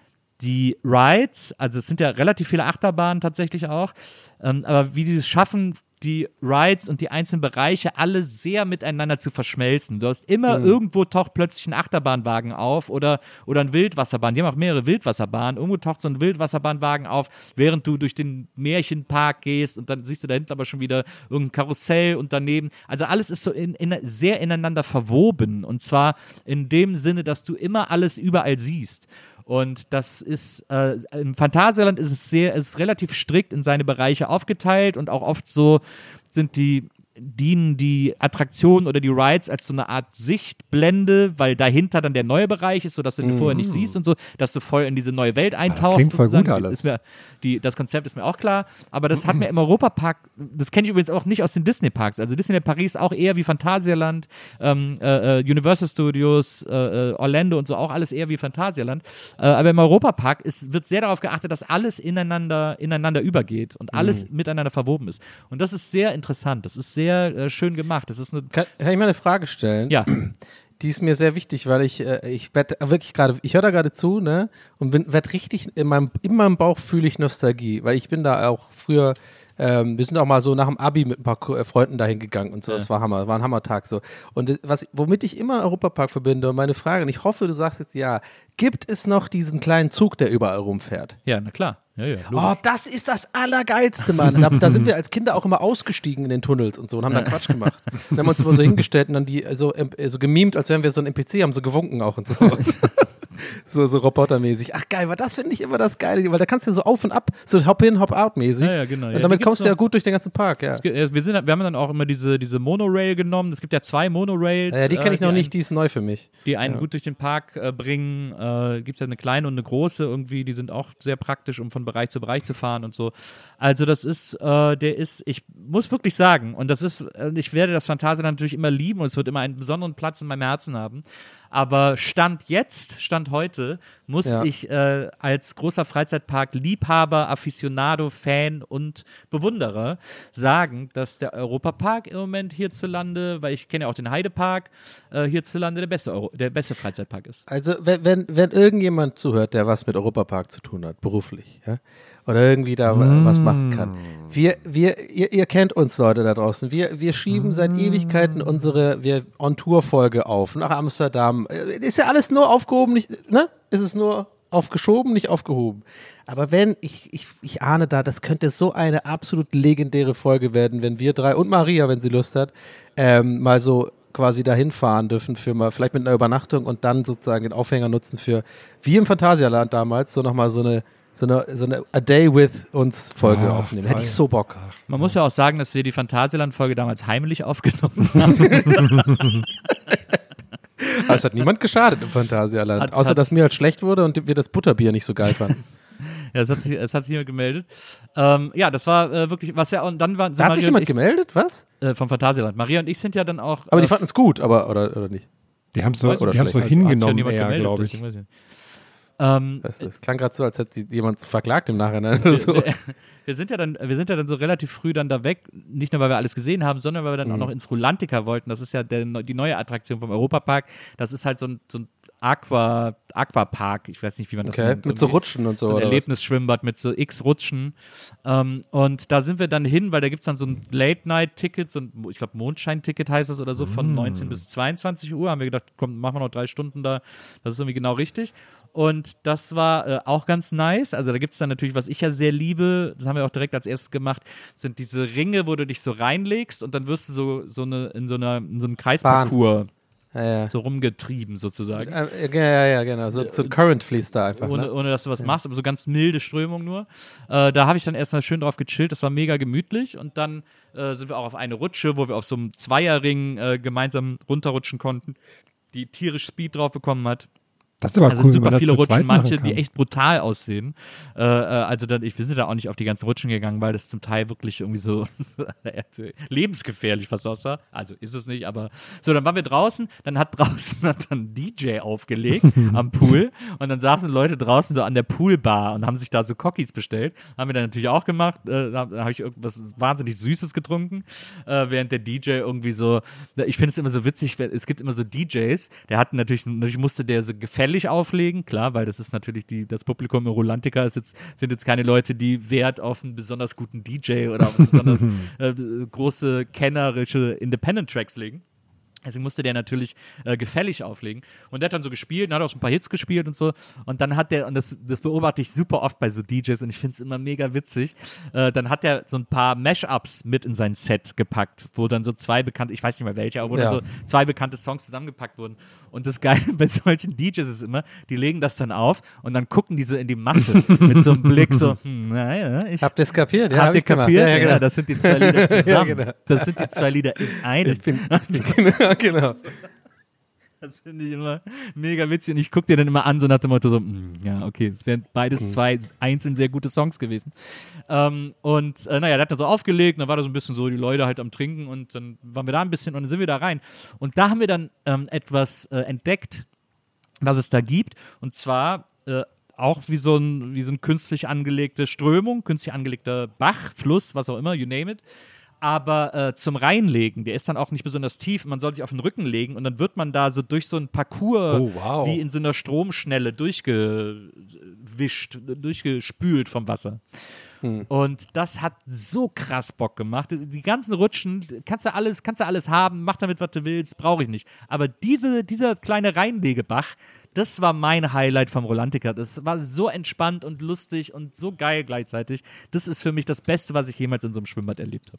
die Rides, also es sind ja relativ viele Achterbahnen tatsächlich auch, ähm, aber wie die es schaffen, die Rides und die einzelnen Bereiche alle sehr miteinander zu verschmelzen. Du hast immer mhm. irgendwo taucht plötzlich ein Achterbahnwagen auf oder, oder ein Wildwasserbahn. Die haben auch mehrere Wildwasserbahnen. Irgendwo taucht so ein Wildwasserbahnwagen auf, während du durch den Märchenpark gehst und dann siehst du da hinten aber schon wieder irgendein Karussell und daneben. Also alles ist so in, in, sehr ineinander verwoben und zwar in dem Sinne, dass du immer alles überall siehst. Und das ist, äh, im Phantasialand ist es sehr, ist relativ strikt in seine Bereiche aufgeteilt und auch oft so sind die, dienen die Attraktionen oder die Rides als so eine Art Sichtblende, weil dahinter dann der neue Bereich ist, sodass du den mm. vorher nicht siehst und so, dass du voll in diese neue Welt eintauchst. Das klingt voll sozusagen. gut alles. Ist mir, die, das Konzept ist mir auch klar, aber das hat mir im Europapark, das kenne ich übrigens auch nicht aus den Disney-Parks, also Disneyland Paris auch eher wie Phantasialand, ähm, äh, Universal Studios, äh, Orlando und so auch alles eher wie Phantasialand, äh, aber im Europapark ist, wird sehr darauf geachtet, dass alles ineinander, ineinander übergeht und alles mm. miteinander verwoben ist und das ist sehr interessant, das ist sehr äh, schön gemacht. Das ist eine kann, kann ich mal eine Frage stellen? Ja. Die ist mir sehr wichtig, weil ich, äh, ich werde wirklich gerade, ich höre da gerade zu, ne, und werde richtig, in meinem, in meinem Bauch fühle ich Nostalgie, weil ich bin da auch früher, ähm, wir sind auch mal so nach dem Abi mit ein paar Ko- Freunden dahin gegangen und so, ja. Das war Hammer, war ein Hammertag so. Und was, womit ich immer Europapark verbinde und meine Frage, und ich hoffe, du sagst jetzt ja, gibt es noch diesen kleinen Zug, der überall rumfährt? Ja, na klar. Ja, ja, oh, das ist das Allergeilste, Mann. Da, da sind wir als Kinder auch immer ausgestiegen in den Tunnels und so und haben dann Quatsch gemacht. Und haben uns immer so hingestellt und dann die so, so gemimt, als wären wir so ein N P C, haben so gewunken auch und so. so, so robotermäßig. Ach geil, weil das finde ich immer das Geile, weil da kannst du so auf und ab, so hop-in, hop-out-mäßig. Ja, ja, genau. Und ja, damit kommst du ja gut durch den ganzen Park, ja. Gibt, wir, sind, wir haben dann auch immer diese, diese Monorail genommen. Es gibt ja zwei Monorails. Ja, die kenne ich äh, noch die nicht, einen, die ist neu für mich. Die einen ja. gut durch den Park äh, bringen. Äh, gibt es ja eine kleine und eine große irgendwie, die sind auch sehr praktisch, um von Bereich zu Bereich zu fahren und so. Also das ist, äh, der ist, ich muss wirklich sagen, und das ist, ich werde das Phantasialand natürlich immer lieben und es wird immer einen besonderen Platz in meinem Herzen haben. Aber Stand jetzt, Stand heute, muss ja. ich äh, als großer Freizeitpark-Liebhaber, Aficionado, Fan und Bewunderer sagen, dass der Europapark im Moment hierzulande, weil ich kenne ja auch den Heidepark, äh, hierzulande der beste, Euro, der beste Freizeitpark ist. Also wenn, wenn, wenn irgendjemand zuhört, der was mit Europapark zu tun hat, beruflich, ja, oder irgendwie da mm. was machen kann. Wir, wir, ihr, ihr kennt uns Leute da draußen. Wir, wir schieben mm. seit Ewigkeiten unsere wir On-Tour-Folge auf nach Amsterdam. Ist ja alles nur aufgehoben, nicht, ne? Ist es nur aufgeschoben, nicht aufgehoben. Aber wenn, ich, ich, ich ahne da, das könnte so eine absolut legendäre Folge werden, wenn wir drei und Maria, wenn sie Lust hat, ähm, mal so quasi dahin fahren dürfen für mal, vielleicht mit einer Übernachtung und dann sozusagen den Aufhänger nutzen für, wie im Phantasialand damals, so nochmal so eine So eine, so eine A Day with uns Folge Ach, aufnehmen. Hätte ich so Bock. Man muss ja auch sagen, dass wir die Phantasialand-Folge damals heimlich aufgenommen haben. Aber es hat niemand geschadet im Phantasialand. Hat, außer, dass mir halt schlecht wurde und wir das Butterbier nicht so geil fanden. Ja, es hat sich, es hat sich jemand gemeldet. Ähm, ja, das war äh, wirklich, was ja, und dann waren. Da hat sich jemand ich, gemeldet, was? Äh, vom Phantasialand. Maria und ich sind ja dann auch. Aber äh, die fanden es gut, aber, oder, oder nicht? Die haben es so, so hingenommen, ja eher, glaube ich. Ähm, das, das klang gerade so, als hätte jemand verklagt im Nachhinein oder so. Wir, wir, sind ja dann, wir sind ja dann so relativ früh dann da weg, nicht nur, weil wir alles gesehen haben, sondern weil wir dann mhm. auch noch ins Rulantica wollten. Das ist ja der, die neue Attraktion vom Europapark. Das ist halt so ein, so ein Aqua, Aquapark, ich weiß nicht, wie man das okay. nennt. Mit so Rutschen und so. So ein oder Erlebnisschwimmbad mit so x Rutschen. Ähm, und da sind wir dann hin, weil da gibt es dann so ein Late-Night-Ticket, so ein, ich glaube Mondschein-Ticket heißt das oder so, von mm. neunzehn bis zweiundzwanzig Uhr. Haben wir gedacht, komm, machen wir noch drei Stunden da. Das ist irgendwie genau richtig. Und das war äh, auch ganz nice. Also da gibt es dann natürlich, was ich ja sehr liebe, das haben wir auch direkt als erstes gemacht, sind diese Ringe, wo du dich so reinlegst und dann wirst du so, so eine, in so einer in so einem Kreisparcours ja, ja. so rumgetrieben sozusagen. Ja, ja, ja, genau. So, so Current fließt da einfach. Ohne, ne? ohne dass du was ja. machst, aber so ganz milde Strömung nur. Äh, da habe ich dann erstmal schön drauf gechillt, das war mega gemütlich und dann äh, sind wir auch auf eine Rutsche, wo wir auf so einem Zweierring äh, gemeinsam runterrutschen konnten, die tierisch Speed drauf bekommen hat. Das ist aber also cool, super wenn man viele das zu Rutschen, zweit manche, machen die kann. echt brutal aussehen. Äh, also dann, ich, wir sind da auch nicht auf die ganzen Rutschen gegangen, weil das zum Teil wirklich irgendwie so lebensgefährlich fast aussah. Also ist es nicht, aber so, dann waren wir draußen, dann hat draußen hat dann ein D J aufgelegt am Pool und dann saßen Leute draußen so an der Poolbar und haben sich da so Cookies bestellt. Haben wir dann natürlich auch gemacht. Äh, da habe ich irgendwas wahnsinnig Süßes getrunken, äh, während der D J irgendwie so, ich finde es immer so witzig, es gibt immer so D Js, der hat natürlich, natürlich musste der so gefällig auflegen, klar, weil das ist natürlich die, das Publikum in Rulantica ist jetzt, sind jetzt keine Leute, die Wert auf einen besonders guten D J oder auf besonders äh, große, kennerische Independent-Tracks legen. Deswegen musste der natürlich äh, gefällig auflegen. Und der hat dann so gespielt und hat auch so ein paar Hits gespielt und so. Und dann hat der, und das, das beobachte ich super oft bei so D Js und ich finde es immer mega witzig, äh, dann hat der so ein paar Mashups mit in sein Set gepackt, wo dann so zwei bekannte, ich weiß nicht mehr welche, aber wo ja. dann so zwei bekannte Songs zusammengepackt wurden. Und das Geile bei solchen D Js ist immer, die legen das dann auf und dann gucken die so in die Masse mit so einem Blick so, hm, naja, ich... Habt ihr es kapiert? Ja, habt hab ihr kapiert? Ja, ja, genau. Ja, das sind die zwei Lieder zusammen. Ja, genau. Das sind die zwei Lieder in einem. Ich bin, genau, genau. Das finde ich immer mega witzig und ich gucke dir dann immer an, so nach dem Motto so, mh, ja, okay, es wären beides mhm. zwei einzeln sehr gute Songs gewesen. Ähm, und äh, naja, der hat dann so aufgelegt und dann war da so ein bisschen so die Leute halt am Trinken und dann waren wir da ein bisschen und dann sind wir da rein. Und da haben wir dann ähm, etwas äh, entdeckt, was es da gibt und zwar äh, auch wie so, ein, wie so eine künstlich angelegte Strömung, künstlich angelegter Bach, Fluss, was auch immer, you name it. Aber äh, zum Reinlegen, der ist dann auch nicht besonders tief. Man soll sich auf den Rücken legen und dann wird man da so durch so einen Parcours oh, wow. wie in so einer Stromschnelle durchgewischt, durchgespült vom Wasser. Hm. Und das hat so krass Bock gemacht. Die ganzen Rutschen, kannst du alles, kannst du alles haben, mach damit, was du willst, brauche ich nicht. Aber diese, dieser kleine Reinlegebach, das war mein Highlight vom Rulantica. Das war so entspannt und lustig und so geil gleichzeitig. Das ist für mich das Beste, was ich jemals in so einem Schwimmbad erlebt habe.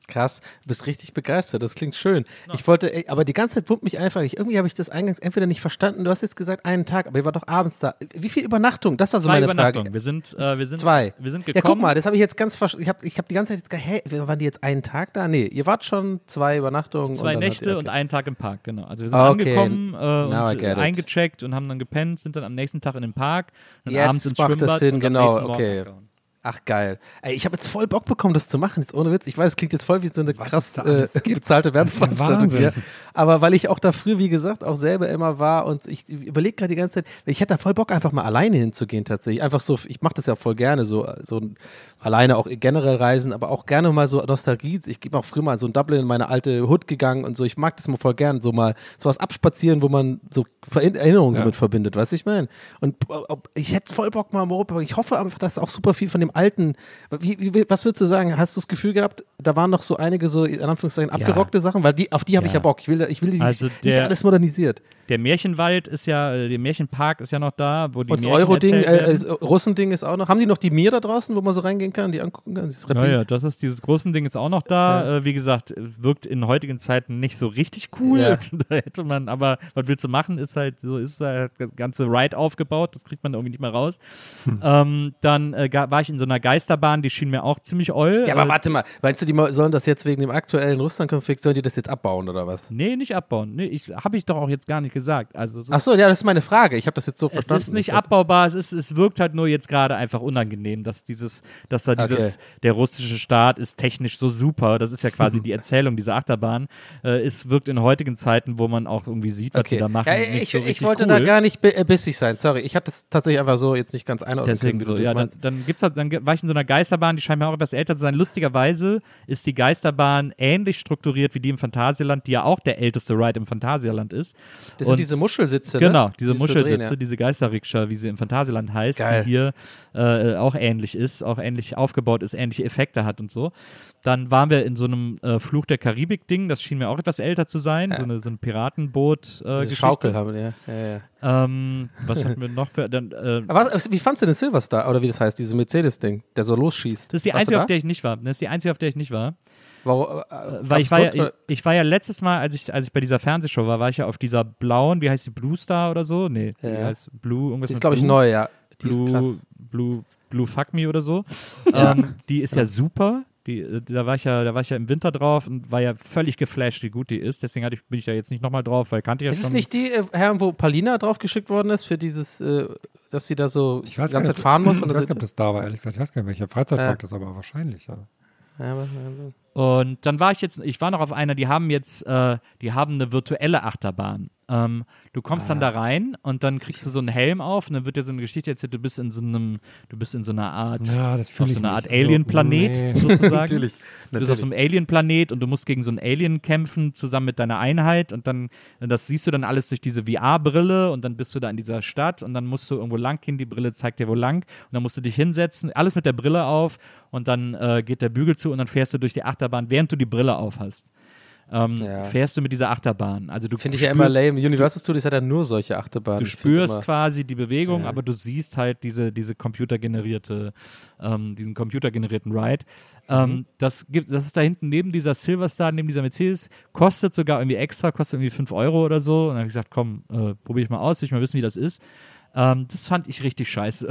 Krass, du bist richtig begeistert, das klingt schön. No. Ich wollte, ey, aber die ganze Zeit wurmt mich einfach, ich, irgendwie habe ich das eingangs entweder nicht verstanden, du hast jetzt gesagt einen Tag, aber ihr wart doch abends da. Wie viel Übernachtung? Das war so Zwei meine Frage. Wir sind, äh, wir sind, Zwei. Wir sind gekommen. Ja, guck mal, das habe ich jetzt ganz verstanden. Ich habe ich hab die ganze Zeit jetzt gedacht, hä, waren die jetzt einen Tag da? Nee, ihr wart schon zwei Übernachtungen. Zwei und Nächte ihr, okay. und einen Tag im Park, genau. Also wir sind okay. angekommen äh, und eingecheckt und haben dann gepennt, sind dann am nächsten Tag in den Park, dann jetzt abends ins macht Schwimmbad das Sinn, und genau, am okay. Morgen Ach, geil. Ey, ich habe jetzt voll Bock bekommen, das zu machen, jetzt ohne Witz. Ich weiß, es klingt jetzt voll wie so eine Was krass äh, bezahlte Werbeveranstaltung hier. Aber weil ich auch da früher, wie gesagt, auch selber immer war und ich überlege gerade die ganze Zeit, ich hätte da voll Bock, einfach mal alleine hinzugehen tatsächlich. Einfach so, ich mache das ja voll gerne, so, so alleine auch generell reisen, aber auch gerne mal so Nostalgie. Ich gebe auch früher mal so in Dublin in meine alte Hood gegangen und so. Ich mag das mal voll gern, so mal sowas abspazieren, wo man so Erinnerungen ja. so mit verbindet, weißt du, ich meine? Und ich hätte voll Bock mal im Europa, ich hoffe einfach, dass auch super viel von dem alten, wie, wie, was würdest du sagen, hast du das Gefühl gehabt, da waren noch so einige so, in Anführungszeichen, abgerockte ja. Sachen, weil die, auf die habe ja. ich ja Bock, ich will, ich will die also nicht, der, nicht alles modernisiert. Der Märchenwald ist ja, der Märchenpark ist ja noch da, wo die und das Märchen Euro-Ding, äh, äh, Russen-Ding ist auch noch, haben die noch die Mir da draußen, wo man so reingehen kann, die angucken kann? Naja, das ist, dieses großen Ding ist auch noch da, ja. äh, wie gesagt, wirkt in heutigen Zeiten nicht so richtig cool, ja. da hätte man, aber was willst du machen, ist halt, so ist halt das ganze Ride aufgebaut, das kriegt man irgendwie nicht mehr raus. Hm. Ähm, dann äh, war ich in so einer Geisterbahn, die schien mir auch ziemlich oll. Ja, aber äh, warte mal, meinst du, die sollen das jetzt wegen dem aktuellen Russland-Konflikt, sollen die das jetzt abbauen oder was? Nee, nicht abbauen, nee, ich, habe ich doch auch jetzt gar nicht gesagt. Also, Ach so, ja, das ist meine Frage, ich habe das jetzt so verstanden. Es ist nicht abbaubar, es, ist, es wirkt halt nur jetzt gerade einfach unangenehm, dass dieses, dass da dieses, okay. der russische Staat ist technisch so super, das ist ja quasi die Erzählung dieser Achterbahn, äh, es wirkt in heutigen Zeiten, wo man auch irgendwie sieht, was okay. die da machen, ja, nicht ich, so ich richtig wollte cool. da gar nicht b- bissig sein, sorry, ich hatte das tatsächlich einfach so jetzt nicht ganz einordnen Deswegen können. So, ja, dann, dann gibt's halt, dann war ich in so einer Geisterbahn, die scheint mir auch etwas älter zu sein. Lustigerweise ist die Geisterbahn ähnlich strukturiert wie die im Phantasialand, die ja auch der älteste Ride im Phantasialand ist. Das Und sind diese Muschelsitze, Genau, ne? diese die Muschelsitze, drehen, ja. diese Geisterrikscha, wie sie im Phantasialand heißt, Geil. die hier äh, auch ähnlich ist, auch ähnlich aufgebaut ist, ähnliche Effekte hat und so. Dann waren wir in so einem äh, Fluch der Karibik-Ding, das schien mir auch etwas älter zu sein, ja. so eine, so ein Piratenboot-Geschichte. Äh, Schaukel haben wir, ja. ja, ja. Ähm, was hatten wir noch für. Dann, äh, Aber was, wie fandst du den Silverstar, oder wie das heißt, dieses Mercedes-Ding, der so losschießt? Das ist die Warst einzige, auf der ich nicht war. Das ist die einzige, auf der ich nicht war. Warum, äh, Weil ich war, ja, ich, ich war ja letztes Mal, als ich, als ich bei dieser Fernsehshow war, war ich ja auf dieser blauen, wie heißt die, Blue Star oder so? Nee, die ja. heißt Blue, irgendwas Die ist, mit glaube ich, Blue. neu, ja. Die Blue, ist krass. Blue, Blue Fuck Me oder so. Ja. ähm, die ist ja, ja super. Die, da, war ich ja, da war ich ja im Winter drauf und war ja völlig geflasht, wie gut die ist. Deswegen hatte ich, bin ich da jetzt nicht nochmal drauf, weil kannte ich ja ist schon. Ist es nicht die, äh, Herr, wo Paulina drauf geschickt worden ist, für dieses, äh, dass sie da so ich weiß die ganze nicht, Zeit fahren muss? Ich und weiß das nicht, ob das da war, ehrlich gesagt. Ich weiß gar nicht, welcher Freizeitpark ja. das aber wahrscheinlich, ja. Ja, aber Wahnsinn. Und dann war ich jetzt, ich war noch auf einer, die haben jetzt, äh, die haben eine virtuelle Achterbahn. Ähm, du kommst ah. dann da rein und dann kriegst du so einen Helm auf und dann wird dir so eine Geschichte erzählt, du bist in so einem, du bist in so einer Art, ja, das auf so einer Art Alien-Planet nee. sozusagen. Natürlich. Du bist auf so einem Alien-Planet und du musst gegen so einen Alien kämpfen, zusammen mit deiner Einheit und dann, das siehst du dann alles durch diese V R-Brille und dann bist du da in dieser Stadt und dann musst du irgendwo lang gehen, die Brille zeigt dir wo lang und dann musst du dich hinsetzen, alles mit der Brille auf und dann äh, geht der Bügel zu und dann fährst du durch die Achterbahn, während du die Brille auf hast. Ähm, ja. Fährst du mit dieser Achterbahn. Also du finde ich ja immer lame. Universal Studios hat ja nur solche Achterbahnen. Du spürst quasi die Bewegung, ja. aber du siehst halt diese, diese computergenerierte, ähm, diesen computergenerierten Ride. Mhm. Ähm, das gibt, das ist da hinten neben dieser Silverstar, neben dieser Mercedes, kostet sogar irgendwie extra, kostet irgendwie fünf Euro oder so. Und dann habe ich gesagt, komm, äh, probiere ich mal aus, will ich mal wissen, wie das ist. Ähm, das fand ich richtig scheiße.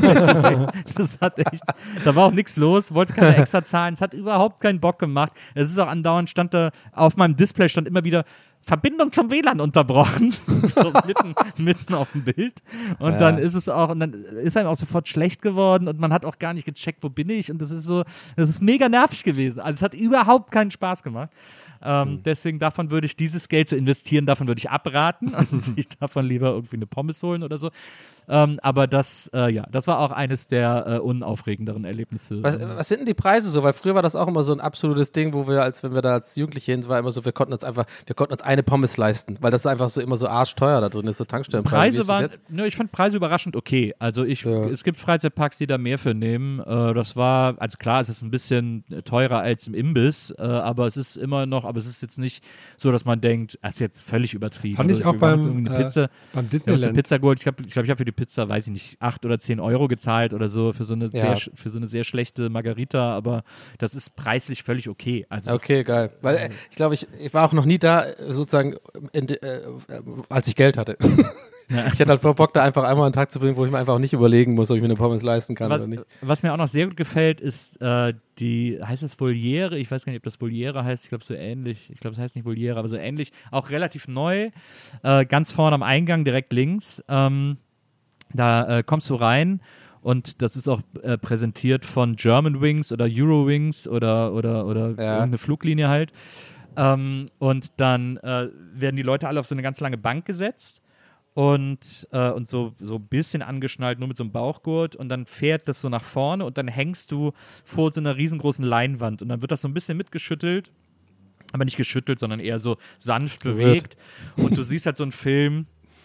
Das hat echt, da war auch nichts los, wollte keine extra zahlen, es hat überhaupt keinen Bock gemacht. Es ist auch andauernd, stand da, auf meinem Display stand immer wieder Verbindung zum W L A N unterbrochen, so mitten, mitten auf dem Bild. Und ja. dann ist es auch, und dann ist einem auch sofort schlecht geworden und man hat auch gar nicht gecheckt, wo bin ich. Und das ist so, das ist mega nervig gewesen. Also es hat überhaupt keinen Spaß gemacht. Ähm, mhm. Deswegen davon würde ich dieses Geld zu investieren, davon würde ich abraten und sich davon lieber irgendwie eine Pommes holen oder so. Ähm, aber das, äh, ja, das war auch eines der äh, unaufregenderen Erlebnisse. Was, was sind denn die Preise so? Weil früher war das auch immer so ein absolutes Ding, wo wir, als wenn wir da als Jugendliche hin, war immer so, wir konnten uns einfach, wir konnten uns eine Pommes leisten, weil das einfach so immer so arschteuer da drin ist, so Tankstellenpreise. Preise waren, ne, ich fand Preise überraschend okay. Also ich, ja. es gibt Freizeitparks, die da mehr für nehmen. Äh, das war, also klar, es ist ein bisschen teurer als im Imbiss, äh, aber es ist immer noch, aber es ist jetzt nicht so, dass man denkt, das ist jetzt völlig übertrieben. Fand ich also, auch beim, eine Pizza, äh, beim Disneyland. Pizza geholt. Ich glaube, ich, glaub, ich habe für die Pizza, weiß ich nicht, acht oder zehn Euro gezahlt oder so für so eine, Ja. sehr, für so eine sehr schlechte Margarita, aber das ist preislich völlig okay. Also Okay, geil. Weil äh, ich glaube, ich, ich war auch noch nie da, äh, sozusagen, in, de- äh, äh, als ich Geld hatte. Ja. Ich hätte halt Bock, da einfach einmal einen Tag zu bringen, wo ich mir einfach auch nicht überlegen muss, ob ich mir eine Pommes leisten kann Was, oder nicht. was mir auch noch sehr gut gefällt, ist äh, die, heißt das Voliere? Ich weiß gar nicht, ob das Voliere heißt. Ich glaube, so ähnlich. Ich glaube, es heißt nicht Voliere, aber so ähnlich. Auch relativ neu. Äh, ganz vorne am Eingang, direkt links. Ähm, da äh, kommst du rein und das ist auch äh, präsentiert von Germanwings oder Eurowings oder, oder, oder Ja. irgendeine Fluglinie halt. Ähm, und dann äh, werden die Leute alle auf so eine ganz lange Bank gesetzt. Und, äh, und so, so ein bisschen angeschnallt, nur mit so einem Bauchgurt und dann fährt das so nach vorne und dann hängst du vor so einer riesengroßen Leinwand und dann wird das so ein bisschen mitgeschüttelt, aber nicht geschüttelt, sondern eher so sanft bewegt und du siehst halt so einen Film,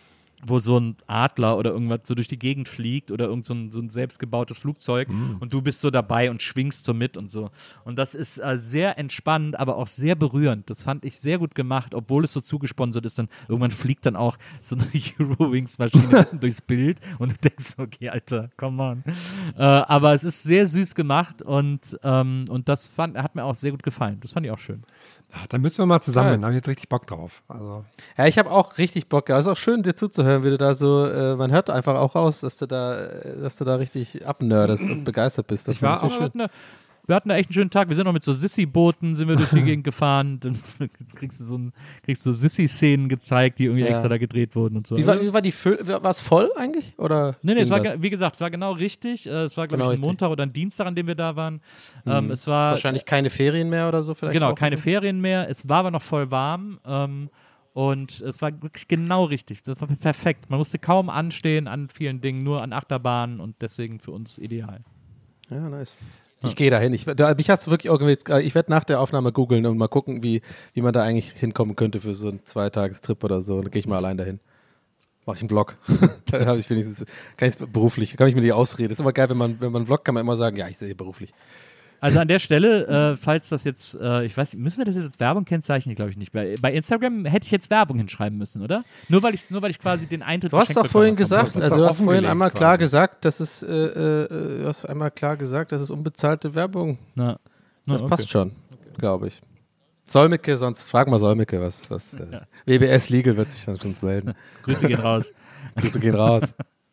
wo so ein Adler oder irgendwas so durch die Gegend fliegt oder irgend so ein, so ein selbstgebautes Flugzeug Mhm. und du bist so dabei und schwingst so mit und so. Und das ist äh, sehr entspannend, aber auch sehr berührend. Das fand ich sehr gut gemacht, obwohl es so zugesponsert ist. Dann irgendwann fliegt dann auch so eine Eurowings-Maschine durchs Bild und du denkst, okay, Alter, come on. Äh, aber es ist sehr süß gemacht und, ähm, und das fand, hat mir auch sehr gut gefallen. Das fand ich auch schön. Ach, dann müssen wir mal zusammen, Geil. da habe ich jetzt richtig Bock drauf. Also, Ja, ich habe auch richtig Bock. Es ist auch schön, dir zuzuhören, wie du da so, äh, man hört einfach auch raus, dass du da, äh, dass du da richtig abnerdest und begeistert bist. Das Ich war fand Wir so hatten, da, wir hatten da echt einen schönen Tag. Wir sind noch mit so Sissi-Booten, sind wir durch die Gegend gefahren. Dann kriegst du so, ein, kriegst du so Sissi-Szenen gezeigt, die irgendwie Ja. extra da gedreht wurden und so. Wie war, wie war die Füll? War es voll eigentlich? Oder Nee, nee, es ging war, das? ge- wie gesagt, es war genau richtig. Äh, Es war, glaube Genau ich, ein richtig. Montag oder ein Dienstag, an dem wir da waren. Ähm, es war Wahrscheinlich keine Ferien mehr oder so vielleicht. Genau, auch keine so? Ferien mehr. Es war aber noch voll warm. Ähm, und es war wirklich genau richtig. Das war perfekt. Man musste kaum anstehen an vielen Dingen, nur an Achterbahnen und deswegen für uns ideal. Ja, nice. Ich gehe dahin. Ich, da, mich hast du wirklich organisiert. Ich werde nach der Aufnahme googeln und mal gucken, wie, wie man da eigentlich hinkommen könnte für so einen Zweitagestrip oder so. Dann gehe ich mal allein dahin. Mache ich einen Vlog. Dann habe ich wenigstens, kann ich beruflich, kann ich mir die Ausrede. Ist immer geil, wenn man, wenn man Vlog kann man immer sagen, ja, ich sehe beruflich. Also an der Stelle, äh, falls das jetzt, äh, ich weiß nicht, müssen wir das jetzt als Werbung kennzeichnen? Glaube ich nicht. Bei, bei Instagram hätte ich jetzt Werbung hinschreiben müssen, oder? Nur weil ich, nur weil ich quasi den Eintritt Du hast geschenkt doch vorhin bekommen habe. gesagt, Das ist also doch du hast vorhin offengelegt einmal quasi. klar gesagt, dass es, äh, äh, du hast einmal klar gesagt, dass es unbezahlte Werbung. Na, na, Das okay. passt schon, glaube ich. Solmecke, sonst frag mal Solmecke, was, was äh, Ja. W B S Legal wird sich dann schon melden. Grüße gehen raus. Grüße gehen raus.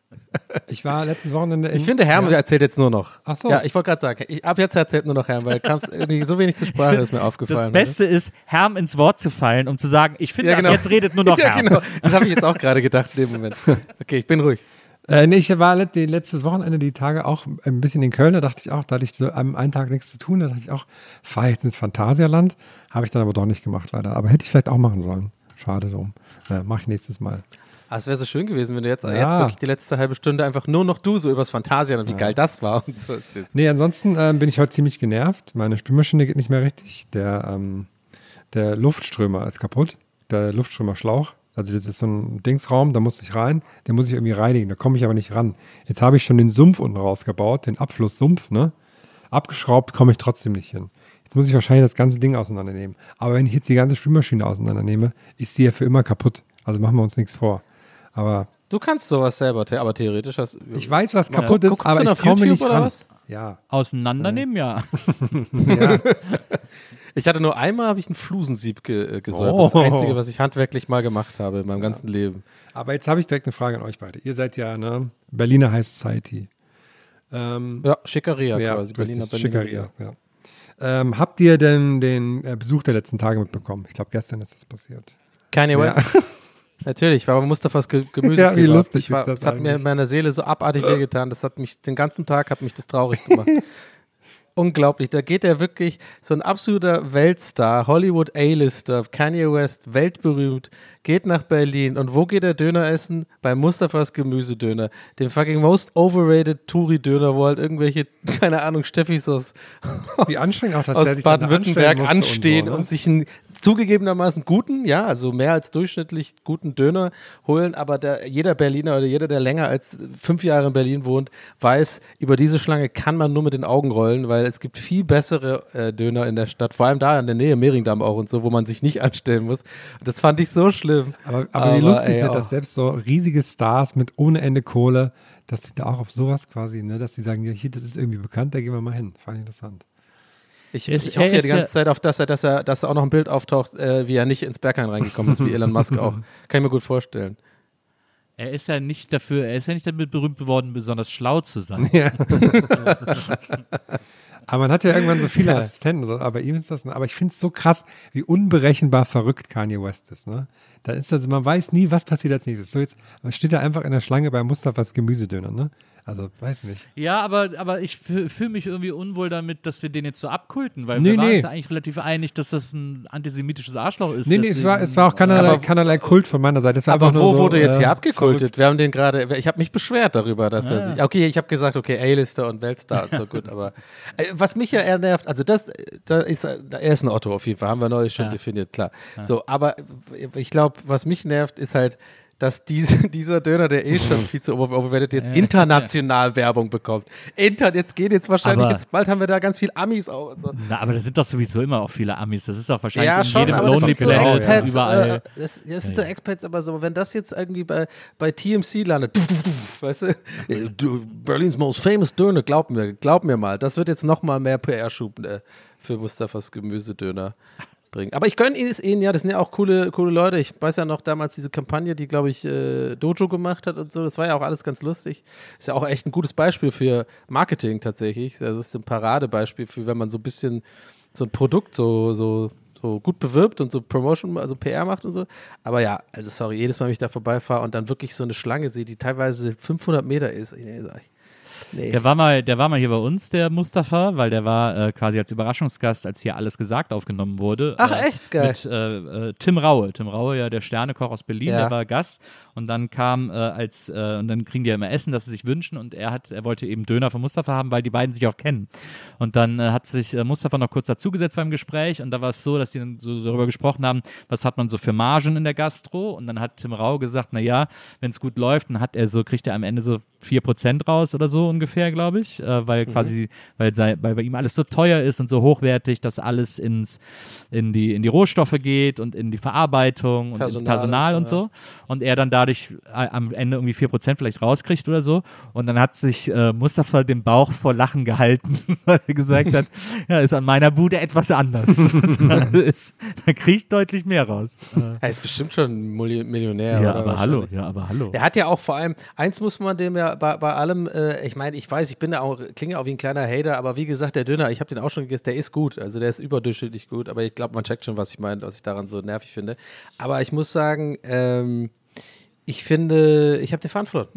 ich war letztes Wochenende in, Ich finde, Herm ja. erzählt jetzt nur noch. Ach so. Ja, ich wollte gerade sagen, ich, ab jetzt erzählt nur noch Herm, weil kam es irgendwie so wenig zur Sprache, ist mir aufgefallen. Das Beste ist, Herm ins Wort zu fallen, um zu sagen, ich finde, Ja, genau. ab jetzt redet nur noch ja, Herm. genau. Das habe ich jetzt auch gerade gedacht in dem Moment. Okay, ich bin ruhig. Äh, nee, ich war let- die letztes Wochenende, die Tage auch ein bisschen in Köln, da dachte ich auch, da hatte ich so am einen Tag nichts zu tun, da dachte ich auch, fahre jetzt ins Phantasialand. Habe ich dann aber doch nicht gemacht, leider. Aber hätte ich vielleicht auch machen sollen. Schade drum. Ja, mache ich nächstes Mal. Ah, es wäre so schön gewesen, wenn du jetzt, Ja. jetzt wirklich die letzte halbe Stunde einfach nur noch du so übers Phantasialand, wie geil das war und so erzählst. Nee, ansonsten ähm, bin ich heute ziemlich genervt. Meine Spülmaschine geht nicht mehr richtig. Der, ähm, der Luftströmer ist kaputt. Der Luftströmerschlauch. Also das ist so ein Dingsraum, da muss ich rein. Den muss ich irgendwie reinigen. Da komme ich aber nicht ran. Jetzt habe ich schon den Sumpf unten rausgebaut, den Abflusssumpf, ne? Abgeschraubt komme ich trotzdem nicht hin. Jetzt muss ich wahrscheinlich das ganze Ding auseinandernehmen. Aber wenn ich jetzt die ganze Spülmaschine auseinandernehme, ist sie ja für immer kaputt. Also machen wir uns nichts vor. Aber Du kannst sowas selber, the- aber theoretisch hast ich weiß, was Ja. kaputt ist, Guckst du aber denn ich auf komme YouTube nicht oder ran. was? Ja. Auseinandernehmen, ja. ja. Ich hatte nur einmal habe ich ein Flusensieb ge äh, gesäubert. Das Oh. Einzige, was ich handwerklich mal gemacht habe in meinem ganzen Leben. Aber jetzt habe ich direkt eine Frage an euch beide. Ihr seid ja ne, Berliner High Society. Ähm, Ja, Schickeria ja, quasi. Berliner richtig, Berliner. Schickeria, ja. Ähm, habt ihr denn den äh, Besuch der letzten Tage mitbekommen? Ich glaube, gestern ist das passiert. Kanye West? Natürlich, war aber Mustafas Ge Gemüse. Ja, wie lustig ich war, ist das das hat mir eigentlich? in meiner Seele so abartig wehgetan. Das hat mich, den ganzen Tag hat mich das traurig gemacht. Unglaublich, da geht er wirklich, so ein absoluter Weltstar, Hollywood A-Lister, Kanye West, weltberühmt, geht nach Berlin und wo geht er Döner essen? Bei Mustafas Gemüsedöner, dem fucking most overrated Touri-Döner, wo halt irgendwelche, keine Ahnung, Steffis aus, Wie anstrengend auch, dass aus der sich dann Baden-Württemberg anstellen musste anstehen und so, und, ne? sich einen zugegebenermaßen guten, ja, also mehr als durchschnittlich guten Döner holen, aber der, jeder Berliner oder jeder, der länger als fünf Jahre in Berlin wohnt, weiß, über diese Schlange kann man nur mit den Augen rollen, weil weil es gibt viel bessere äh, Döner in der Stadt, vor allem da in der Nähe, Mehringdamm auch und so, wo man sich nicht anstellen muss. Und das fand ich so schlimm. Aber, aber, aber wie lustig, ey, ne, dass selbst so riesige Stars mit ohne Ende Kohle, dass die da auch auf sowas quasi, ne, dass die sagen, ja, hier, das ist irgendwie bekannt, da gehen wir mal hin. Fand ich interessant. Ich, ich, ich hoffe ja die ganze ja Zeit auf, dass er, dass er, dass er auch noch ein Bild auftaucht, äh, wie er nicht ins Berghain reingekommen ist, wie Elon Musk auch. Kann ich mir gut vorstellen. Er ist ja nicht dafür, er ist ja nicht damit berühmt geworden, besonders schlau zu sein. Ja. Aber man hat ja irgendwann so viele Assistenten, aber bei ihm ist das, aber ich finde es so krass, wie unberechenbar verrückt Kanye West ist, ne? Da ist das, man weiß nie, was passiert als nächstes. So jetzt steht er einfach in der Schlange bei Mustafas Gemüsedöner, ne? Also, weiß nicht. Ja, aber, aber ich fühle mich irgendwie unwohl damit, dass wir den jetzt so abkulten, weil nee, wir waren nee. uns ja eigentlich relativ einig, dass das ein antisemitisches Arschloch ist. Nee, nee, es war, es war auch keinerlei, aber, keinerlei Kult von meiner Seite. Es war aber wo so, wurde jetzt äh, hier abgekultet? Verrückt. Wir haben den gerade, ich habe mich beschwert darüber, dass ja. er sich, okay, ich habe gesagt, okay, A-Lister und Weltstar und so, gut, aber äh, was mich ja eher nervt, also das, da ist, er ist ein Otto auf jeden Fall, haben wir neulich schon ja. definiert, klar. Ja. So, aber ich glaube, was mich nervt, ist halt, dass diese, dieser Döner, der eh schon viel zu overbewertet, jetzt international Werbung bekommt. Inter, jetzt geht jetzt wahrscheinlich, aber, jetzt bald haben wir da ganz viel Amis auch und so. Na, aber da sind doch sowieso immer auch viele Amis. Das ist doch wahrscheinlich ja, in schon, jedem aber Lonely das Planet so Expats, überall. Äh, das, das sind so Expats, aber so, wenn das jetzt irgendwie bei, bei T M C landet, weißt du, Berlins most famous Döner, glaub mir, glaub mir mal, das wird jetzt nochmal mehr P R-Schub äh, für Mustafas Gemüsedöner bringen. Aber ich gönne es ihnen, ja, das sind ja auch coole, coole Leute. Ich weiß ja noch damals diese Kampagne, die, glaube ich, äh, Dojo gemacht hat und so, das war ja auch alles ganz lustig. Ist ja auch echt ein gutes Beispiel für Marketing tatsächlich. Also das ist ein Paradebeispiel für, wenn man so ein bisschen so ein Produkt so, so, so gut bewirbt und so Promotion, also P R macht und so. Aber ja, also sorry, jedes Mal, wenn ich da vorbeifahre und dann wirklich so eine Schlange sehe, die teilweise fünfhundert Meter ist, nee, sag ich. Nee. Der war mal, der war mal hier bei uns, der Mustafa, weil der war äh, quasi als Überraschungsgast, als hier alles gesagt aufgenommen wurde. Ach äh, echt, geil. Mit äh, äh, Tim Raue. Tim Raue, ja, der Sternekoch aus Berlin, ja. Der war Gast. Und dann kam äh, als, äh, und dann kriegen die ja immer Essen, das sie sich wünschen. Und er hat, er wollte eben Döner von Mustafa haben, weil die beiden sich auch kennen. Und dann äh, hat sich äh, Mustafa noch kurz dazugesetzt beim Gespräch. Und da war es so, dass sie dann so darüber gesprochen haben, was hat man so für Margen in der Gastro. Und dann hat Tim Raue gesagt, naja, wenn es gut läuft, dann hat er so, kriegt er am Ende so vier Prozent raus oder so ungefähr, glaube ich, äh, weil quasi, mhm. weil, sei, weil bei ihm alles so teuer ist und so hochwertig, dass alles ins, in, die, in die Rohstoffe geht und in die Verarbeitung und Personal ins Personal und so. Und, so. Ja. Und er dann dadurch äh, am Ende irgendwie vier Prozent vielleicht rauskriegt oder so. Und dann hat sich äh, Mustafa den Bauch vor Lachen gehalten, weil er gesagt hat, ja, ist an meiner Bude etwas anders. da, ist, da kriegt deutlich mehr raus. Er ist bestimmt schon Millionär. Ja, oder aber hallo, ja, aber hallo. Er hat ja auch vor allem, eins muss man dem ja bei, bei allem, äh, ich meine, ich weiß, ich bin da auch, klinge auch wie ein kleiner Hater, aber wie gesagt, der Döner, ich habe den auch schon gegessen, der ist gut, also der ist überdurchschnittlich gut, aber ich glaube, man checkt schon, was ich meine, was ich daran so nervig finde. Aber ich muss sagen, ähm, ich finde, ich habe den Faden verloren.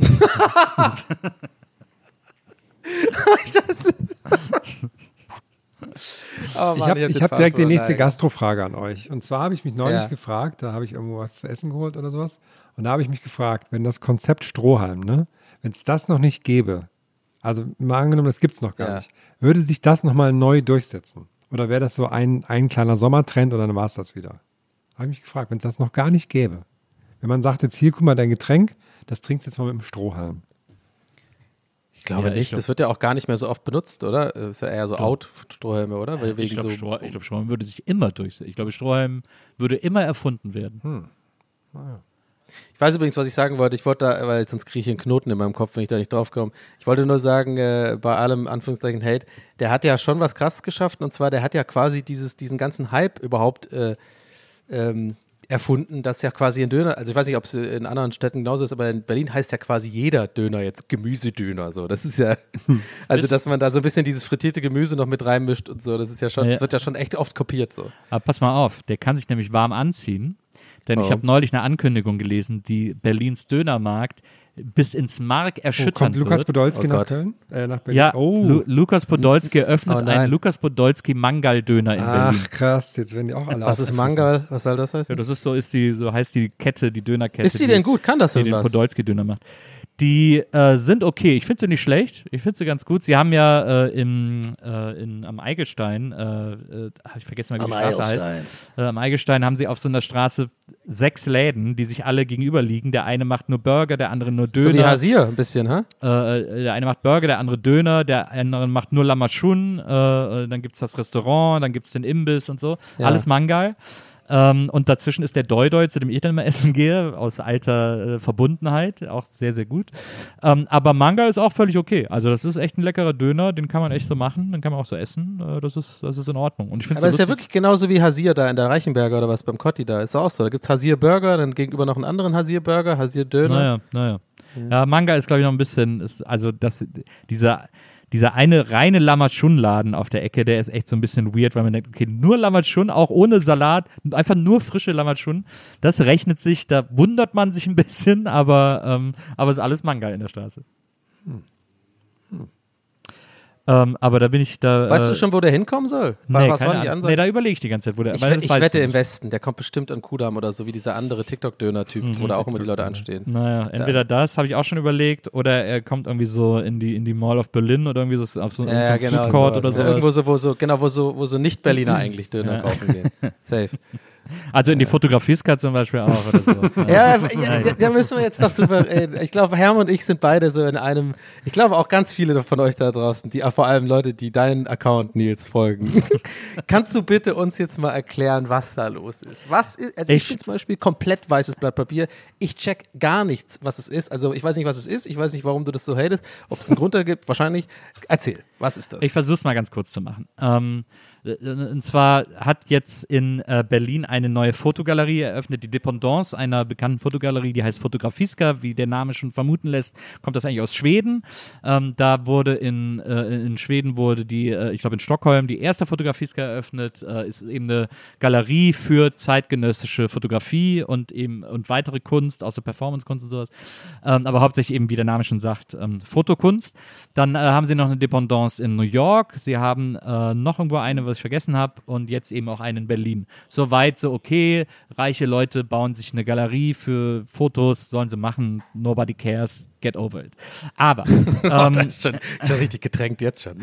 Oh Mann, ich habe hab direkt die nächste Gastrofrage an euch. Und zwar habe ich mich neulich ja. gefragt, da habe ich irgendwo was zu essen geholt oder sowas. Und da habe ich mich gefragt, wenn das Konzept Strohhalm, ne, wenn es das noch nicht gäbe, also mal angenommen, das gibt es noch gar ja. nicht, würde sich das nochmal neu durchsetzen? Oder wäre das so ein, ein kleiner Sommertrend oder dann war es das wieder? Habe ich mich gefragt, wenn es das noch gar nicht gäbe. Wenn man sagt, jetzt hier, guck mal, dein Getränk, das trinkst du jetzt mal mit dem Strohhalm. Ich glaube ja, nicht, ich glaub, das wird ja auch gar nicht mehr so oft benutzt, oder? Das ist ja eher so out, Strohhalme, oder? Weil ich glaube, so Stroh, glaub, Strohhalm würde sich immer durchsetzen. Ich glaube, Strohhalm würde immer erfunden werden. Hm. Ah. Ich weiß übrigens, was ich sagen wollte. Ich wollte da, weil sonst kriege ich einen Knoten in meinem Kopf, wenn ich da nicht drauf komme. Ich wollte nur sagen, äh, bei allem Anführungszeichen Hate, der hat ja schon was Krasses geschafft, und zwar, der hat ja quasi dieses, diesen ganzen Hype überhaupt äh, ähm, erfunden, dass ja quasi ein Döner, also ich weiß nicht, ob es in anderen Städten genauso ist, aber in Berlin heißt ja quasi jeder Döner jetzt Gemüsedöner, so. Das ist ja, also dass man da so ein bisschen dieses frittierte Gemüse noch mit reinmischt und so, das ist ja schon, ja. das wird ja schon echt oft kopiert, so. Aber pass mal auf, der kann sich nämlich warm anziehen, denn oh. ich habe neulich eine Ankündigung gelesen, die Berlins Dönermarkt bis ins Mark erschüttern oh, kommt wird. Lukas Podolski oh nach Köln? Äh, nach Berlin? Ja, oh. Lu- Lukas Podolski eröffnet oh einen Lukas Podolski Mangal-Döner in Ach, Berlin. Ach krass, jetzt werden die auch alle Was ist Mangal? Was soll das heißen? Ja, das ist so, ist die, so heißt die Kette, die Dönerkette. Ist die denn gut? Kann das die irgendwas? den Podolski-Döner macht. Die äh, sind okay. Ich finde sie nicht schlecht. Ich finde sie ganz gut. Sie haben ja äh, im, äh, in, am Eigelstein, äh, äh, habe ich vergessen, wie die Straße heißt. Äh, am Eigelstein haben sie auf so einer Straße sechs Läden, die sich alle gegenüber liegen. Der eine macht nur Burger, der andere nur Döner. So wie Hasir ein bisschen, hä? Äh, der eine macht Burger, der andere Döner, der andere macht nur Lamashun. Äh, dann gibt es das Restaurant, dann gibt es den Imbiss und so. Ja. Alles Mangal. Ähm, und dazwischen ist der Doi Doi, zu dem ich dann immer essen gehe, aus alter äh, Verbundenheit, auch sehr, sehr gut. Ähm, aber Mangal ist auch völlig okay. Also das ist echt ein leckerer Döner, den kann man echt so machen, den kann man auch so essen. Äh, das ist, das ist in Ordnung. Und ich aber es ist ja wirklich genauso wie Hasir da in der Reichenberger oder was beim Kotti da. Ist auch so. Da gibt es Hasir Burger, dann gegenüber noch einen anderen Hasir Burger, Hasir Döner. Naja, naja. Ja, ja Mangal ist, glaube ich, noch ein bisschen, ist, also das, dieser Dieser eine reine Lamashun-Laden auf der Ecke, der ist echt so ein bisschen weird, weil man denkt, okay, nur Lamashun, auch ohne Salat, einfach nur frische Lamashun, das rechnet sich, da wundert man sich ein bisschen, aber ähm, aber ist alles Mangal in der Straße. Hm. Hm. Ähm, aber da bin ich da. Weißt äh, du schon, wo der hinkommen soll? Nee, was waren die anderen? Nee, da überlege ich die ganze Zeit, wo der Ich, weil wett, das ich weiß wette ich im Westen, der kommt bestimmt an Kudamm oder so, wie dieser andere TikTok-Döner-Typ, Mhm, wo da auch immer die Leute anstehen. Naja, entweder da. das, habe ich auch schon überlegt, oder er kommt irgendwie so in die, in die Mall of Berlin oder irgendwie so auf so einen ja, genau, Food Court sowas. oder so. Ja, irgendwo so, wo so, genau, wo so, wo so Nicht-Berliner eigentlich Döner Ja. kaufen gehen. Safe. Also in die Fotografieska zum Beispiel auch oder so. Ja, ja, ja, da müssen wir jetzt noch drüber reden. Ich glaube, Herm und ich sind beide so in einem, ich glaube auch ganz viele von euch da draußen, die vor allem Leute, die deinen Account, Nils, folgen. Kannst du bitte uns jetzt mal erklären, was da los ist? Was ist, also ich, ich bin zum Beispiel komplett weißes Blatt Papier. Ich check gar nichts, was es ist. Also ich weiß nicht, was es ist. Ich weiß nicht, warum du das so hatest. Ob es einen Grund da gibt, wahrscheinlich. Erzähl, was ist das? Ich versuche es mal ganz kurz zu machen. Ähm, Und zwar hat jetzt in äh, Berlin eine neue Fotogalerie eröffnet, die Dependance einer bekannten Fotogalerie, die heißt Fotografieska, wie der Name schon vermuten lässt, kommt das eigentlich aus Schweden. Ähm, da wurde in, äh, in Schweden wurde die, äh, ich glaube in Stockholm, die erste Fotografieska eröffnet, äh, ist eben eine Galerie für zeitgenössische Fotografie und eben und weitere Kunst, außer Performance-Kunst und sowas, ähm, aber hauptsächlich eben, wie der Name schon sagt, ähm, Fotokunst. Dann äh, haben sie noch eine Dependance in New York, sie haben äh, noch irgendwo eine, was ich vergessen habe, und jetzt eben auch einen in Berlin. So weit, so okay, reiche Leute bauen sich eine Galerie für Fotos, sollen sie machen, nobody cares, get over it. Aber ähm, oh, das ist schon, schon richtig getränkt jetzt schon.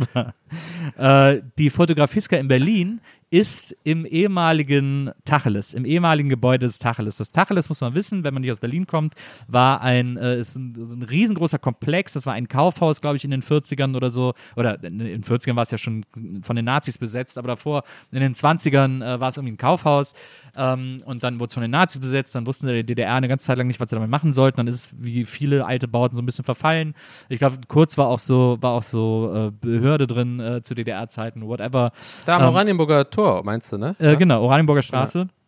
äh, die Fotografieska in Berlin ist im ehemaligen Tacheles, im ehemaligen Gebäude des Tacheles. Das Tacheles, muss man wissen, wenn man nicht aus Berlin kommt, war ein, äh, ist ein, so ein riesengroßer Komplex. Das war ein Kaufhaus, glaube ich, in den vierzigern oder so. Oder in den vierzigern war es ja schon von den Nazis besetzt, aber davor, in den zwanzigern, äh, war es irgendwie ein Kaufhaus. Ähm, und dann wurde es von den Nazis besetzt. Dann wussten die D D R eine ganze Zeit lang nicht, was sie damit machen sollten. Dann ist es, wie viele alte Bauten, so ein bisschen verfallen. Ich glaube, kurz war auch so, war auch so äh, Behörde drin äh, zu D D R-Zeiten, whatever. Da am ähm, Oranienburger Tor, meinst du, ne? Äh, ja? Genau, Oranienburger Straße. Ja.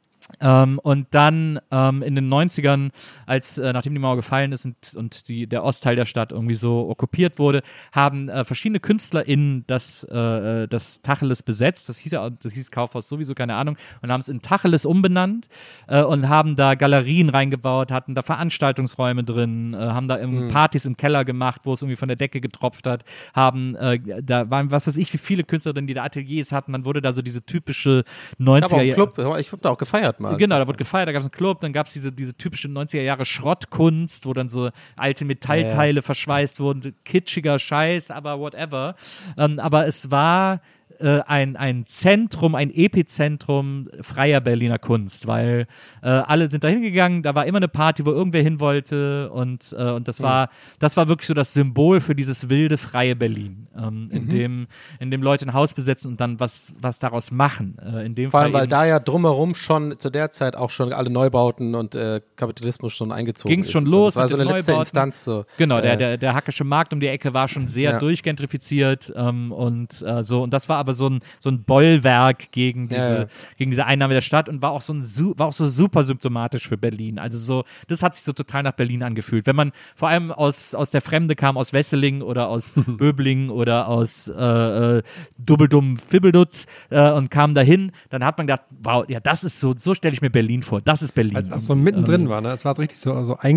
Ähm, und dann ähm, in den neunzigern, als äh, nachdem die Mauer gefallen ist und, und die, der Ostteil der Stadt irgendwie so okkupiert wurde, haben äh, verschiedene KünstlerInnen das, äh, das Tacheles besetzt. Das hieß ja, das hieß Kaufhaus sowieso, keine Ahnung, und haben es in Tacheles umbenannt äh, und haben da Galerien reingebaut, hatten da Veranstaltungsräume drin, äh, haben da mhm. Partys im Keller gemacht, wo es irgendwie von der Decke getropft hat, haben, äh, da waren, was weiß ich, wie viele Künstlerinnen, die da Ateliers hatten, dann wurde da so diese typische neunziger Jahre. Club, ich hab da auch gefeiert mal. Genau, da wurde gefeiert, da gab es einen Club, dann gab es diese, diese typische neunziger Jahre Schrottkunst, wo dann so alte Metallteile ja, ja. verschweißt wurden, kitschiger Scheiß, aber whatever. Ähm, aber es war äh, ein, ein Zentrum, ein Epizentrum freier Berliner Kunst, weil äh, alle sind da hingegangen, da war immer eine Party, wo irgendwer hin wollte, und, äh, und das, mhm. war, das war wirklich so das Symbol für dieses wilde, freie Berlin, ähm, in, mhm. dem, in dem Leute ein Haus besetzen und dann was, was daraus machen. Äh, in dem Vor Fall allem, weil eben, da ja drumherum schon zu der Zeit auch schon alle Neubauten und äh, Kapitalismus schon eingezogen Ging's schon los. Das war so eine letzte Neubauten. Instanz. So. Genau, der, äh, der, der Hackesche Markt um die Ecke war schon sehr ja. durchgentrifiziert ähm, und äh, so, und das war aber so ein, so ein Bollwerk gegen diese, ja, ja. gegen diese Einnahme der Stadt und war auch so ein war auch so super symptomatisch für Berlin. Also so, das hat sich so total nach Berlin angefühlt. Wenn man vor allem aus, aus der Fremde kam, aus Wesseling oder aus Böblingen oder aus äh, äh, Dubbeldum Fibbeldutz äh, und kam dahin, dann hat man gedacht, wow, ja, das ist so, so stelle ich mir Berlin vor. Das ist Berlin. Als es auch so mittendrin ähm, war, ne? Es war so richtig so, so einge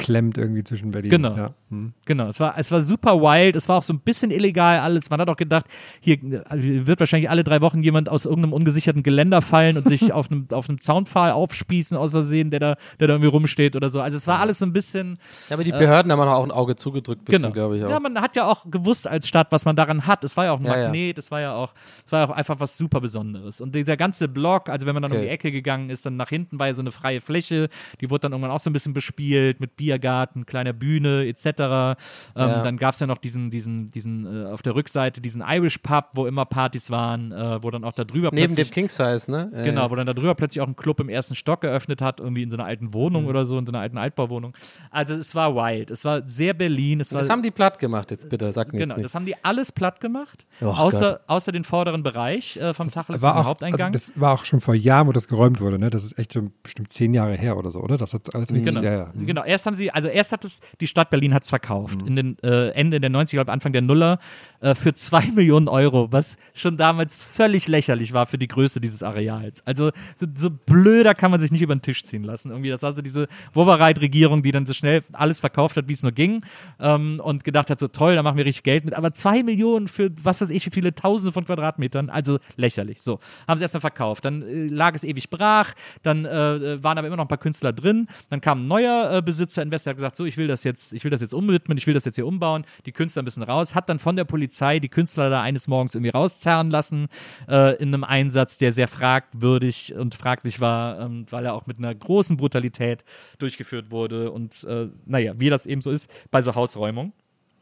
eingeklemmt irgendwie zwischen Berlin. Genau. Ja. Hm. Genau, es war, es war super wild, es war auch so ein bisschen illegal alles. Man hat auch gedacht, hier wird wahrscheinlich alle drei Wochen jemand aus irgendeinem ungesicherten Geländer fallen und sich auf einem, auf einem Zaunpfahl aufspießen, aus Versehen, der da, der da irgendwie rumsteht oder so. Also es war alles so ein bisschen. Ja, aber die Behörden äh, haben auch ein Auge zugedrückt, bisschen, genau. glaube ich auch. Ja, man hat ja auch gewusst als Stadt, was man daran hat. Es war ja auch ein ja, Magnet, es ja. war ja auch, es war ja auch einfach was super Besonderes. Und dieser ganze Block, also wenn man dann okay. um die Ecke gegangen ist, dann nach hinten war ja so eine freie Fläche, die wurde dann irgendwann auch so ein bisschen bespielt mit Biergarten, kleiner Bühne et cetera. Ähm, ja. Dann gab es ja noch diesen, diesen, diesen äh, auf der Rückseite diesen Irish Pub, wo immer Partys waren, äh, wo dann auch da drüber neben plötzlich, dem King Size, ne? Äh, genau, wo dann da drüber plötzlich auch ein Club im ersten Stock geöffnet hat, irgendwie in so einer alten Wohnung mhm. oder so, in so einer alten Altbauwohnung. Also es war wild, es war sehr Berlin. Es war, das haben die platt gemacht jetzt bitte, sag mir Genau, nicht. das haben die alles platt gemacht, oh, außer, außer den vorderen Bereich äh, vom Tacheles, diesen Haupteingang. Also das war auch schon vor Jahren, wo das geräumt wurde, ne? Das ist echt schon bestimmt zehn Jahre her oder so, oder? Das hat alles richtig. Genau, ja, ja. genau. Erst haben sie, also erst hat es, die Stadt Berlin hat es verkauft, mhm. in den äh, Ende der neunziger, Anfang der Nuller, äh, für zwei Millionen Euro, was schon damals völlig lächerlich war für die Größe dieses Areals. Also so, so blöder kann man sich nicht über den Tisch ziehen lassen. Irgendwie, das war so diese Wowereit-Regierung, die dann so schnell alles verkauft hat, wie es nur ging, ähm, und gedacht hat, so toll, da machen wir richtig Geld mit, aber zwei Millionen für was weiß ich, wie viele Tausende von Quadratmetern, also lächerlich. So, haben sie erstmal verkauft. Dann äh, lag es ewig brach, dann äh, waren aber immer noch ein paar Künstler drin, dann kam ein neuer äh, Besitzer, Investor, hat gesagt, so, ich will das jetzt, ich will das jetzt umwidmen, ich will das jetzt hier umbauen, die Künstler ein bisschen raus, hat dann von der Polizei die Künstler da eines Morgens irgendwie rauszerren lassen, äh, in einem Einsatz, der sehr fragwürdig und fraglich war, ähm, weil er auch mit einer großen Brutalität durchgeführt wurde und äh, naja, wie das eben so ist bei so Hausräumungen.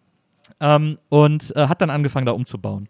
Ähm, und äh, hat dann angefangen, da umzubauen.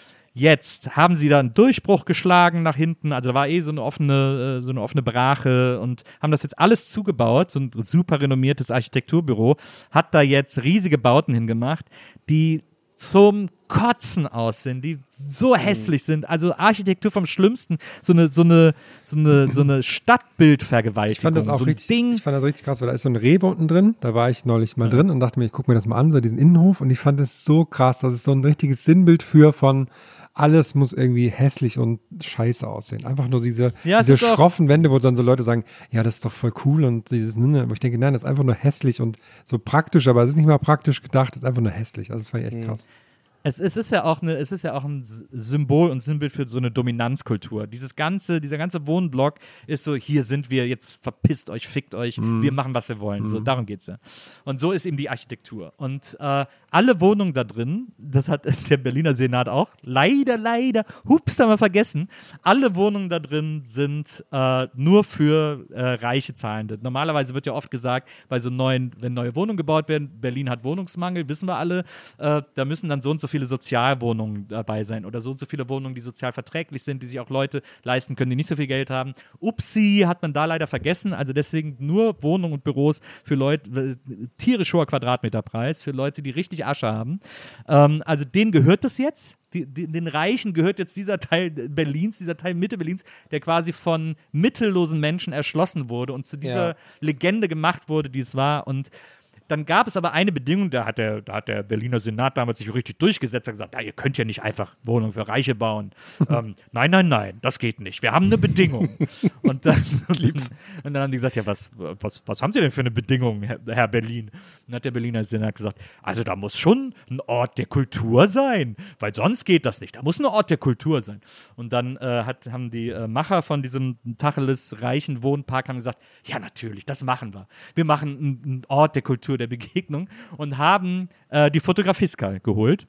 Jetzt haben sie da einen Durchbruch geschlagen nach hinten, also da war eh so eine offene, so eine offene Brache und haben das jetzt alles zugebaut, so ein super renommiertes Architekturbüro, hat da jetzt riesige Bauten hingemacht, die zum Kotzen aussehen, die so hässlich sind, also Architektur vom Schlimmsten, so eine, so eine, so eine, so eine Stadtbildvergewaltigung. Ich fand das auch so richtig, Ding. ich fand das richtig krass, weil da ist so ein Rewe unten drin, da war ich neulich mal ja. drin und dachte mir, ich gucke mir das mal an, so diesen Innenhof, und ich fand es so krass, das ist so ein richtiges Sinnbild für von alles muss irgendwie hässlich und scheiße aussehen. Einfach nur diese, ja, diese schroffen Wände, wo dann so Leute sagen, ja, das ist doch voll cool und dieses, aber ich denke, nein, das ist einfach nur hässlich und so praktisch, aber es ist nicht mal praktisch gedacht, es ist einfach nur hässlich. Also das fand ich echt krass. Es, es, ist ja auch eine, es ist ja auch ein Symbol und Sinnbild für so eine Dominanzkultur. Dieses ganze, dieser ganze Wohnblock ist so, hier sind wir, jetzt verpisst euch, fickt euch, mm. wir machen, was wir wollen. Mm. So, darum geht's ja. Und so ist eben die Architektur. Und äh, alle Wohnungen da drin, das hat der Berliner Senat auch, leider, leider, hups, haben wir vergessen, alle Wohnungen da drin sind äh, nur für äh, reiche Zahlende. Normalerweise wird ja oft gesagt, bei so neuen, wenn neue Wohnungen gebaut werden, Berlin hat Wohnungsmangel, wissen wir alle, äh, da müssen dann so und so viele Sozialwohnungen dabei sein oder so und so viele Wohnungen, die sozial verträglich sind, die sich auch Leute leisten können, die nicht so viel Geld haben. Upsi, hat man da leider vergessen. Also deswegen nur Wohnungen und Büros für Leute, tierisch hoher Quadratmeterpreis, für Leute, die richtig Asche haben. Ähm, also denen gehört das jetzt. Die, die, den Reichen gehört jetzt dieser Teil Berlins, dieser Teil Mitte Berlins, der quasi von mittellosen Menschen erschlossen wurde und zu dieser ja. Legende gemacht wurde, die es war. Und dann gab es aber eine Bedingung, da hat, der, da hat der Berliner Senat damals sich richtig durchgesetzt und gesagt, ja, ihr könnt ja nicht einfach Wohnungen für Reiche bauen. ähm, nein, nein, nein, das geht nicht. Wir haben eine Bedingung. und, dann, und, dann, und dann haben die gesagt, ja, was, was, was haben Sie denn für eine Bedingung, Herr, Herr Berlin? Und dann hat der Berliner Senat gesagt, also da muss schon ein Ort der Kultur sein, weil sonst geht das nicht. Da muss ein Ort der Kultur sein. Und dann äh, hat, haben die äh, Macher von diesem Tacheles reichen Wohnpark haben gesagt, ja, natürlich, das machen wir. Wir machen einen Ort der Kultur, der Begegnung, und haben äh, die Fotografiska geholt.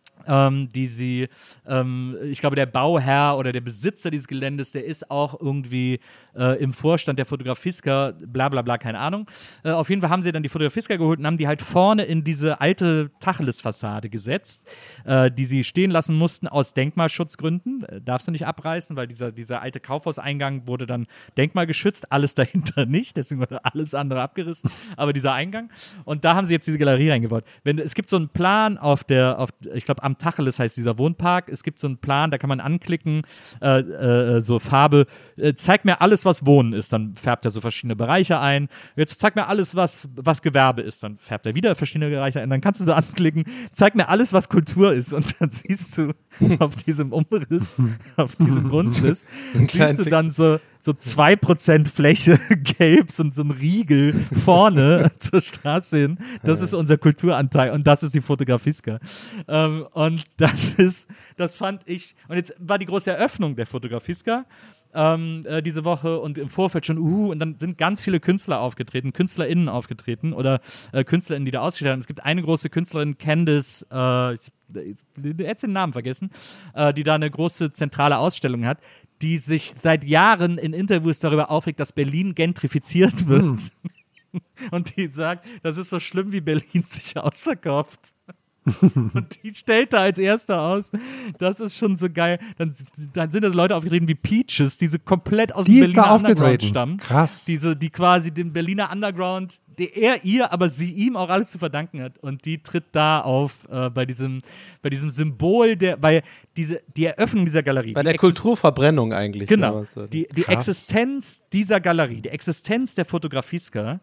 Ähm, die sie, ähm, ich glaube, der Bauherr oder der Besitzer dieses Geländes, der ist auch irgendwie äh, im Vorstand der Fotografiska, bla bla bla, keine Ahnung. Äh, auf jeden Fall haben sie dann die Fotografiska geholt und haben die halt vorne in diese alte Tacheles-Fassade gesetzt, äh, die sie stehen lassen mussten aus Denkmalschutzgründen. Äh, darfst du nicht abreißen, weil dieser, dieser alte Kaufhauseingang wurde dann denkmalgeschützt, alles dahinter nicht, deswegen wurde alles andere abgerissen, aber dieser Eingang. Und da haben sie jetzt diese Galerie reingebaut. Wenn, es gibt so einen Plan auf der, auf, ich glaube, am Tacheles heißt dieser Wohnpark. Es gibt so einen Plan, da kann man anklicken, äh, äh, so Farbe, äh, zeig mir alles, was Wohnen ist. Dann färbt er so verschiedene Bereiche ein. Jetzt zeig mir alles, was, was Gewerbe ist. Dann färbt er wieder verschiedene Bereiche ein. Dann kannst du so anklicken, zeig mir alles, was Kultur ist. Und dann siehst du auf diesem Umriss, auf diesem Grundriss, siehst du dann so so zwei Prozent Fläche gelb, so, so ein Riegel vorne zur Straße hin. Das ist unser Kulturanteil und das ist die Fotografiska. Ähm, und das ist, das fand ich, und jetzt war die große Eröffnung der Fotografiska ähm, äh, diese Woche und im Vorfeld schon, uh, und dann sind ganz viele Künstler aufgetreten, KünstlerInnen aufgetreten oder äh, KünstlerInnen, die da ausgestellt haben. Es gibt eine große Künstlerin, Candice, äh, ich, jetzt den Namen vergessen, äh, die da eine große zentrale Ausstellung hat, die sich seit Jahren in Interviews darüber aufregt, dass Berlin gentrifiziert wird. Mm. Und die sagt, das ist so schlimm, wie Berlin sich ausverkauft. Und die stellt da als Erster aus. Das ist schon so geil. Dann, dann sind das Leute aufgetreten wie Peaches, die so komplett aus die dem Berliner Underground aufgetreten. stammen. Krass. Diese, die quasi den Berliner Underground, der er ihr, aber sie ihm auch alles zu verdanken hat. Und die tritt da auf äh, bei, diesem, bei diesem Symbol, der, bei diese, die Eröffnung dieser Galerie. Bei der Exist- Kulturverbrennung eigentlich. Genau. So. Die, die Existenz dieser Galerie, die Existenz der Fotografiska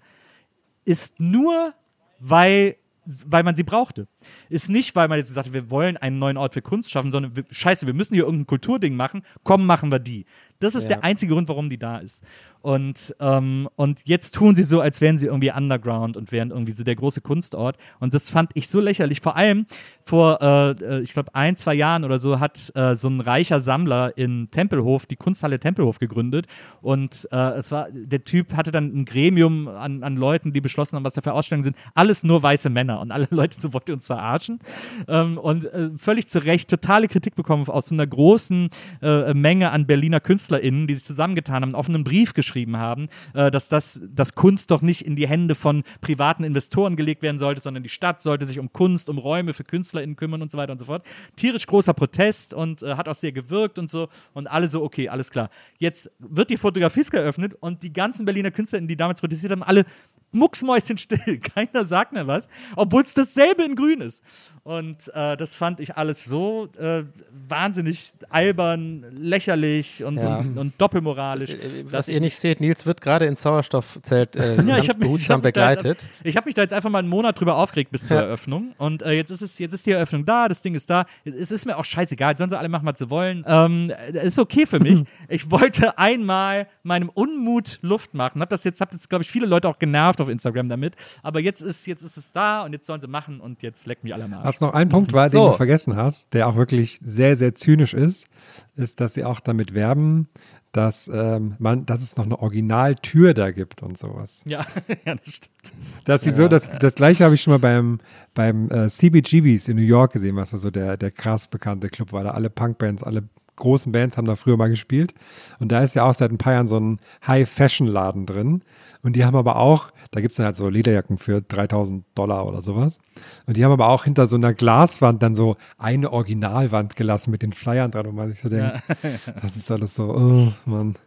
ist nur, weil weil man sie brauchte. Ist nicht, weil man jetzt gesagt hat, wir wollen einen neuen Ort für Kunst schaffen, sondern wir, scheiße, wir müssen hier irgendein Kulturding machen, komm, machen wir die. Das ist ja. der einzige Grund, warum die da ist. Und, ähm, und jetzt tun sie so, als wären sie irgendwie Underground und wären irgendwie so der große Kunstort. Und das fand ich so lächerlich. Vor allem vor, äh, ich glaube, ein, zwei Jahren oder so hat äh, so ein reicher Sammler in Tempelhof die Kunsthalle Tempelhof gegründet. Und äh, es war, der Typ hatte dann ein Gremium an, an Leuten, die beschlossen haben, was da für Ausstellungen sind. Alles nur weiße Männer. Und alle Leute so wollten uns verarschen. Ähm, und äh, völlig zu Recht totale Kritik bekommen aus so einer großen äh, Menge an Berliner KünstlerInnen, die sich zusammengetan haben, einen offenen Brief geschrieben haben, äh, dass das dass Kunst doch nicht in die Hände von privaten Investoren gelegt werden sollte, sondern die Stadt sollte sich um Kunst, um Räume für KünstlerInnen kümmern und so weiter und so fort. Tierisch großer Protest und äh, hat auch sehr gewirkt und so. Und alle so, okay, alles klar. Jetzt wird die Fotografiska eröffnet und die ganzen Berliner KünstlerInnen, die damals protestiert haben, alle mucksmäuschenstill. Keiner sagt mehr was, obwohl es dasselbe in grün ist. Und äh, das fand ich alles so äh, wahnsinnig albern, lächerlich und, ja. und, und doppelmoralisch. Was ihr nicht seht, Nils wird gerade ins Sauerstoffzelt äh, ja, ich hab mich, behutsam ich hab begleitet. Jetzt, ich habe mich da jetzt einfach mal einen Monat drüber aufgeregt bis zur ja. Eröffnung. Und äh, jetzt, ist es, jetzt ist die Eröffnung da, das Ding ist da. Es ist mir auch scheißegal, sollen sie alle machen, was sie wollen. Ähm, ist okay für mich. Ich wollte einmal meinem Unmut Luft machen. Hab das jetzt, hab jetzt, glaube ich, viele Leute auch genervt auf Instagram damit. Aber jetzt ist, jetzt ist es da und jetzt sollen sie machen und jetzt leckt mich alle am Arsch. Was noch ein Punkt war, so. den du vergessen hast, der auch wirklich sehr, sehr zynisch ist, ist, dass sie auch damit werben, dass, ähm, man, dass es noch eine Originaltür da gibt und sowas. Ja, ja das stimmt. Dass sie ja, so, das, ja. das gleiche habe ich schon mal beim, beim äh, C B G Bs in New York gesehen, was da so der, der krass bekannte Club war. Da alle Punkbands, alle großen Bands haben da früher mal gespielt. Und da ist ja auch seit ein paar Jahren so ein High-Fashion-Laden drin. Und die haben aber auch, da gibt es dann halt so Lederjacken für dreitausend Dollar oder sowas. Und die haben aber auch hinter so einer Glaswand dann so eine Originalwand gelassen mit den Flyern dran, wo man sich so denkt, ja. das ist alles so, oh Mann.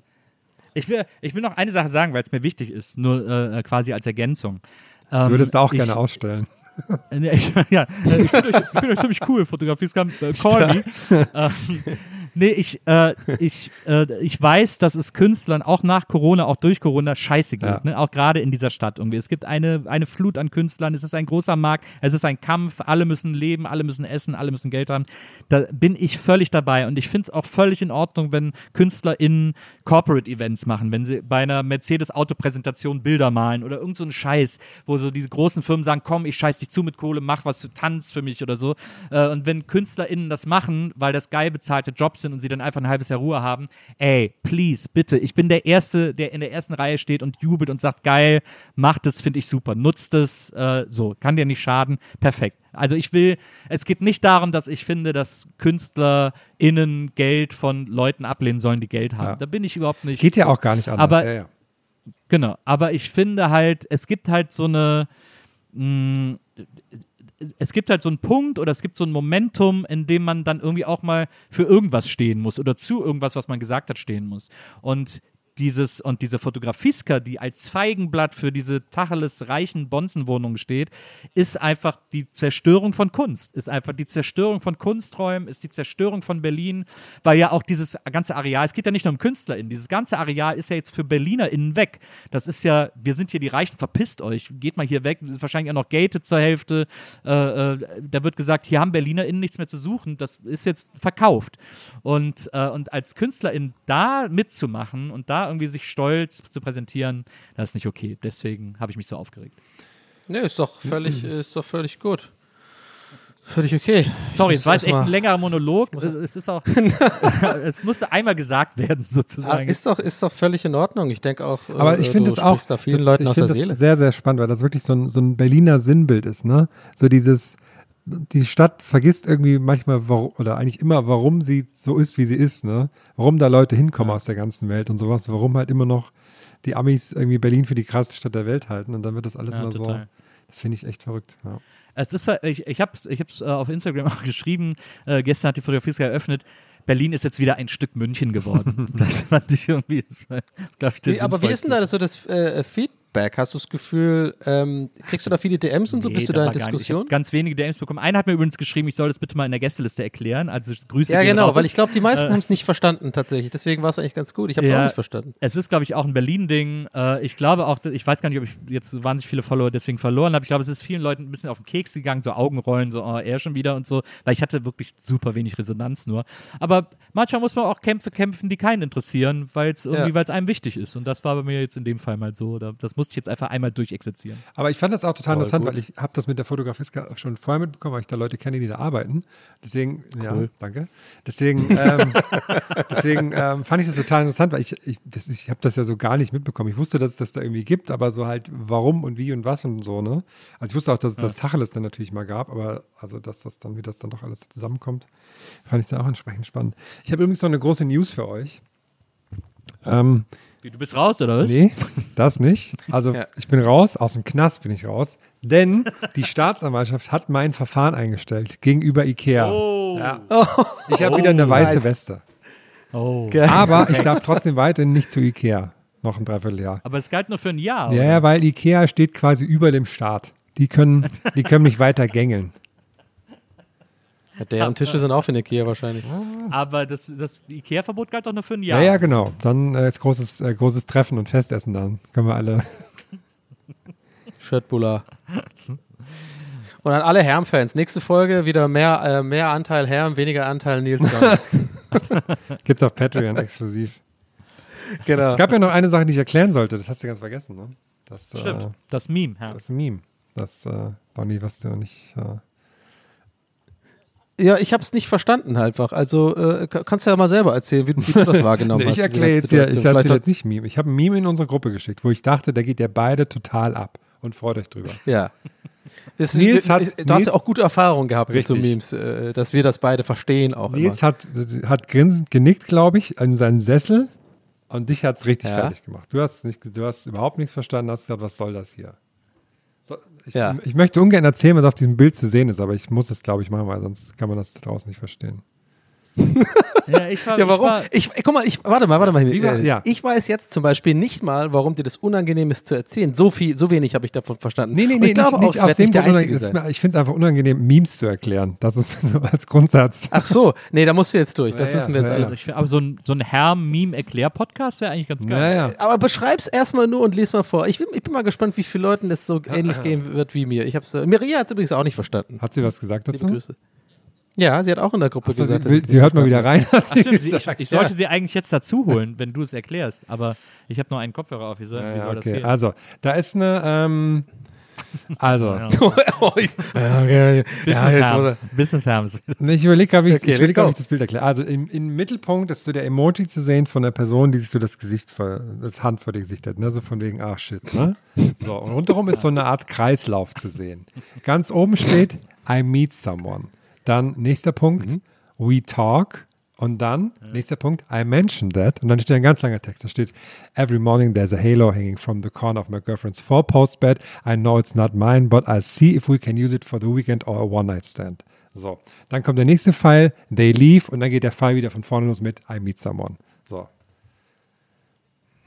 Ich will, ich will noch eine Sache sagen, weil es mir wichtig ist, nur äh, quasi als Ergänzung. Ähm, du würdest auch ich, gerne ausstellen. Ja, ich, ja, ich finde euch, find euch ziemlich cool, Fotografie, äh, call me. ähm, nee, ich, äh, ich, äh, ich weiß, dass es Künstlern auch nach Corona, auch durch Corona scheiße geht, ja. ne? Auch gerade in dieser Stadt irgendwie. Es gibt eine, eine Flut an Künstlern, es ist ein großer Markt, es ist ein Kampf, alle müssen leben, alle müssen essen, alle müssen Geld haben. Da bin ich völlig dabei und ich finde es auch völlig in Ordnung, wenn KünstlerInnen Corporate-Events machen, wenn sie bei einer Mercedes-Auto-Präsentation Bilder malen oder irgend so einen Scheiß, wo so diese großen Firmen sagen, komm, ich scheiß dich zu mit Kohle, mach was, tanz für mich oder so. Und wenn KünstlerInnen das machen, weil das geil bezahlte Jobs sind und sie dann einfach ein halbes Jahr Ruhe haben, ey, please, bitte, ich bin der Erste, der in der ersten Reihe steht und jubelt und sagt, geil, macht das, finde ich super, nutzt es, äh, so, kann dir nicht schaden, perfekt. Also ich will, es geht nicht darum, dass ich finde, dass KünstlerInnen Geld von Leuten ablehnen sollen, die Geld haben. Ja. Da bin ich überhaupt nicht. Geht ja auch gar nicht anders. Aber, ja, ja. Genau, aber ich finde halt, es gibt halt so eine mh, es gibt halt so einen Punkt oder es gibt so ein Momentum, in dem man dann irgendwie auch mal für irgendwas stehen muss oder zu irgendwas, was man gesagt hat, stehen muss. Und dieses und diese Fotografieska, die als Feigenblatt für diese Tacheles reichen Bonzenwohnungen steht, ist einfach die Zerstörung von Kunst, ist einfach die Zerstörung von Kunsträumen, ist die Zerstörung von Berlin, weil ja auch dieses ganze Areal, es geht ja nicht nur um KünstlerInnen, dieses ganze Areal ist ja jetzt für BerlinerInnen weg. Das ist ja, wir sind hier die Reichen, verpisst euch, geht mal hier weg, das ist wahrscheinlich auch noch gated zur Hälfte, äh, äh, da wird gesagt, hier haben BerlinerInnen nichts mehr zu suchen, das ist jetzt verkauft. Und, äh, und als KünstlerInnen da mitzumachen und da irgendwie sich stolz zu präsentieren, das ist nicht okay. Deswegen habe ich mich so aufgeregt. Nee, ist doch völlig, ist doch völlig gut. Völlig okay. Sorry, es war jetzt echt ein längerer Monolog. Es ist auch, es musste einmal gesagt werden, sozusagen. Ist doch, ist doch völlig in Ordnung. Ich denke auch, aber ich finde es auch da vielen das, Leuten ich aus der das Seele. Sehr, sehr spannend, weil das wirklich so ein, so ein Berliner Sinnbild ist, ne? So dieses, die Stadt vergisst irgendwie manchmal, warum, oder eigentlich immer, warum sie so ist, wie sie ist, ne? Warum da Leute hinkommen ja. aus der ganzen Welt und sowas, warum halt immer noch die Amis irgendwie Berlin für die krasseste Stadt der Welt halten und dann wird das alles ja, immer total. so, das finde ich echt verrückt, ja. Es ist, ich ich habe es ich hab's, äh, auf Instagram auch geschrieben, äh, gestern hat die Fotografieska eröffnet, Berlin ist jetzt wieder ein Stück München geworden. Das fand ich irgendwie, das war, glaub ich, das wie, aber wie ist denn da so das äh, Feedback? Hast du das Gefühl, ähm, kriegst du da viele D Ms und so? Nee, Bist du da in Diskussion? Diskussion? Ich habe ganz wenige D Ms bekommen. Einer hat mir übrigens geschrieben, ich soll das bitte mal in der Gästeliste erklären. Also Grüße Ja, genau, raus. weil ich glaube, die meisten äh, haben es nicht verstanden tatsächlich. Deswegen war es eigentlich ganz gut. Ich habe es ja, auch nicht verstanden. Es ist, glaube ich, auch ein Berlin-Ding. Äh, ich glaube auch, ich weiß gar nicht, ob ich jetzt wahnsinnig viele Follower deswegen verloren habe. Ich glaube, es ist vielen Leuten ein bisschen auf den Keks gegangen, so Augenrollen, so, oh, er schon wieder und so. Weil ich hatte wirklich super wenig Resonanz nur. Aber manchmal muss man auch Kämpfe kämpfen, die keinen interessieren, weil es irgendwie, Ja. weil es einem wichtig ist. Und das war bei mir jetzt in dem Fall mal so. Das musste ich jetzt einfach einmal durchexerzieren. Aber ich fand das auch total Voll interessant, gut. weil ich habe das mit der Fotografieska schon vorher mitbekommen, weil ich da Leute kenne, die da arbeiten. Deswegen, Cool. ja, danke. Deswegen, ähm, deswegen ähm, fand ich das total interessant, weil ich, ich, das- ich habe das ja so gar nicht mitbekommen. Ich wusste, dass es das da irgendwie gibt, aber so halt warum und wie und was und so, ne? Also ich wusste auch, dass es das Tacheles dann natürlich mal gab, aber also, dass das dann, wie das dann doch alles zusammenkommt, fand ich dann auch entsprechend spannend. Ich habe übrigens noch eine große News für euch. Ähm, Wie, du bist raus, oder was? Nee, das nicht. Also Ja. ich bin raus, aus dem Knast bin ich raus, denn die Staatsanwaltschaft hat mein Verfahren eingestellt gegenüber Ikea. Oh. Ja. Ich habe wieder eine weiße nice. Weste. Oh. Aber ich darf trotzdem weiterhin nicht zu Ikea. Noch ein Dreivierteljahr. Aber es galt nur für ein Jahr. Ja, oder? ja, weil Ikea steht quasi über dem Staat. Die können, die können mich weiter gängeln. Ja, deren Tische sind auch für Ikea wahrscheinlich. Aber das, das Ikea-Verbot galt doch nur für ein Jahr. Ja, ja, genau. Dann äh, ist großes, äh, großes Treffen und Festessen dann. Können wir alle. Shirtbula. Und an alle Herm-Fans, nächste Folge wieder mehr, äh, mehr Anteil Herm, weniger Anteil Nils. Gibt's auf Patreon exklusiv. Genau. Es gab ja noch eine Sache, die ich erklären sollte. Das hast du ganz vergessen, ne? Das, Stimmt, äh, das Meme. Ja. das Meme. Das, äh, Donny, was du noch nicht. Äh, Ja, ich habe es nicht verstanden einfach. Also äh, ka- kannst du ja mal selber erzählen, wie, wie du das wahrgenommen nee, hast. ich diese erkläre jetzt ja, Situation. ich Vielleicht erzähle hat- jetzt nicht Meme. Ich habe ein Meme in unsere Gruppe geschickt, wo ich dachte, da geht ihr beide total ab und freut euch drüber. Ja. Das, Nils hat- du hast Nils- ja auch gute Erfahrungen gehabt mit so Richtig. Memes, äh, dass wir das beide verstehen auch Nils immer. hat, hat grinsend genickt, glaube ich, in seinem Sessel und dich hat es richtig Ja. fertig gemacht. Du hast, nicht, du hast überhaupt nichts verstanden, hast gesagt, was soll das hier? So, ich, Ja. ich möchte ungern erzählen, was auf diesem Bild zu sehen ist, aber ich muss es, glaube ich, machen, weil sonst kann man das da draußen nicht verstehen. Ja, ich war, Ja, warum? Ich war, Ich, guck mal, ich, warte mal, warte mal. Wie war- äh, ja. Ich weiß jetzt zum Beispiel nicht mal, warum dir das unangenehm ist zu erzählen. So viel, so wenig habe ich davon verstanden. Nee, nee, Und nee, ich glaube nicht, auch, nicht ich aus werde dem nicht der Grund, Einzige es ist sein. mir- ich finde es einfach unangenehm, Memes zu erklären. Das ist so als Grundsatz. Ach so, nee, da musst du jetzt durch. Das Ja, müssen wir ja, jetzt. ja, ich find, aber so ein, so ein Herr-Meme-Erklär-Podcast wäre eigentlich ganz geil. Naja. Aber beschreib's erstmal nur und lies mal vor. Ich bin, ich bin mal gespannt, wie vielen Leuten das so ähnlich gehen wird wie mir. Ich hab's, äh, Maria hat es übrigens auch nicht verstanden. Hat sie was gesagt Liebe dazu? Grüße. Ja, sie hat auch in der Gruppe Achso, gesagt. sie, dass will, es sie nicht hört mal wieder verstanden rein. hat Ach sie stimmt, sie, ich, gesagt. ich sollte sie eigentlich jetzt dazu holen, wenn du es erklärst, aber ich habe nur einen Kopfhörer auf. Wie soll, Ja, wie ja, soll das okay. gehen? Also, da ist eine, ähm, also, Ja. hat. Ja, okay. Business jetzt muss Herm. er- Business Herms. ich überlege, wie ich, Okay, ich, überleg, go. ob ich das Bild erkläre. Also, im, im Mittelpunkt ist so der Emoji zu sehen von der Person, die sich so das Gesicht, vor, das Hand vor dem Gesicht hat, ne? So von wegen, ach shit, ne? So, und rundherum ist so eine Art Kreislauf zu sehen. Ganz oben steht, I meet someone. Dann, nächster Punkt, we talk. Und dann, nächster Punkt, I mentioned that. Und dann steht ein ganz langer Text. Da steht, every morning there's a halo hanging from the corner of my girlfriend's four-post bed. I know it's not mine, but I'll see if we can use it for the weekend or a one-night-stand. So, dann kommt der nächste Pfeil, they leave. Und dann geht der Pfeil wieder von vorne los mit I meet someone. So.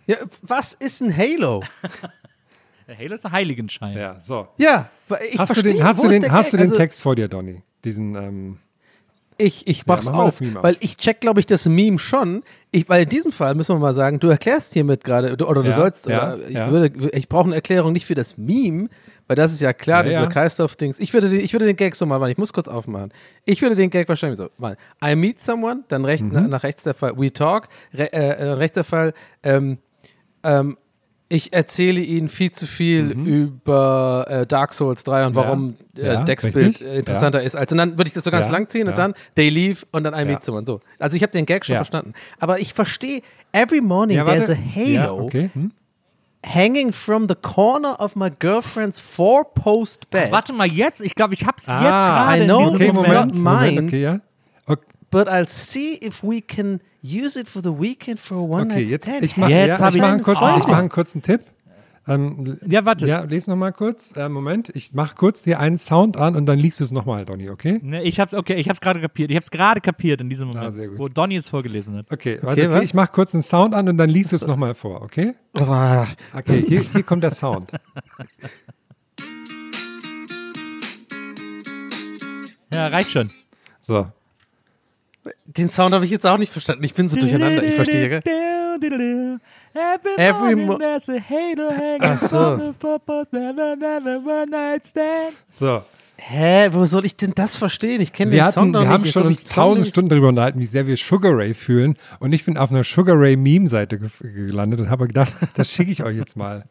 Ja, was ist ein Halo? Halo ist ein Heiligenschein. Ja, so. Ja, ich hast verstehe, du den, hast wo du ist den, der hast Gag? du den Also, Text vor dir, Donny? Diesen, ähm, Ich, ich mach's Ja, mach mal auf, das Meme auf. weil ich check, glaube ich, das Meme schon. Ich, weil in diesem Fall müssen wir mal sagen, du erklärst hiermit gerade, du- oder du Ja, sollst, ja, oder ich, ja. würde, ich brauche eine Erklärung nicht für das Meme, weil das ist ja klar, Ja, dieser ja. Kreislauf-Dings. Ich würde, den- ich würde den Gag so mal machen, ich muss kurz aufmachen. Ich würde den Gag wahrscheinlich so machen. I meet someone, dann recht, Mhm. nach, nach rechts der Fall, we talk, re, äh, äh, rechts der Fall, ähm, ähm, ich erzähle Ihnen viel zu viel über äh, Dark Souls drei und Mhm. Ja, warum äh, ja, Dex-Bild richtig, äh, interessanter ist. Also dann würde ich das so ganz Ja, lang ziehen und ja. dann They Leave und dann I Ja. Meet Someone. So. Also ich habe den Gag schon Ja. verstanden. Aber ich verstehe, every morning ja, there's warte. a Halo Ja, okay. Hm? hanging from the corner of my girlfriend's four-post bed. Warte mal, jetzt? Ich glaube, ich hab's Ah, jetzt gerade I in know, diesem Okay, it's Moment. Moment, not Moment, mine. okay, ja. Okay, But I'll see if we can use it for the weekend for a one okay night jetzt, stand. ich mache Jetzt ja, hab ich ich- mach einen, kurzen, Oh. ich mach einen kurzen Tipp. Ähm, Ja, warte. Ja, lese nochmal kurz. Äh, Moment, ich mache kurz dir einen Sound an und dann liest du es nochmal, Donny, okay? Ne, ich hab's, okay, ich hab's gerade kapiert. Ich hab's gerade kapiert in diesem Moment, Ah, sehr gut. wo Donny es vorgelesen hat. Okay, warte, okay, was? ich mache kurz einen Sound an und dann liest du es nochmal vor, okay? Ah, Okay, hier, hier kommt der Sound. Ja, reicht schon. So. den Sound habe ich jetzt auch nicht verstanden. Ich bin so durcheinander. Ich verstehe. Gell? Every, Every morning mo- there's a halo hanging Ach so. from the four-post, never, never one night stand. So. Hä, wo soll ich denn das verstehen? Ich kenne Wir, den Song hatten, noch wir nicht. haben Jetzt schon hab uns ich Song tausend nämlich- Stunden darüber unterhalten, wie sehr wir Sugar Ray fühlen. Und ich bin auf einer Sugar Ray Meme-Seite ge gelandet und habe gedacht, das schicke ich euch jetzt mal.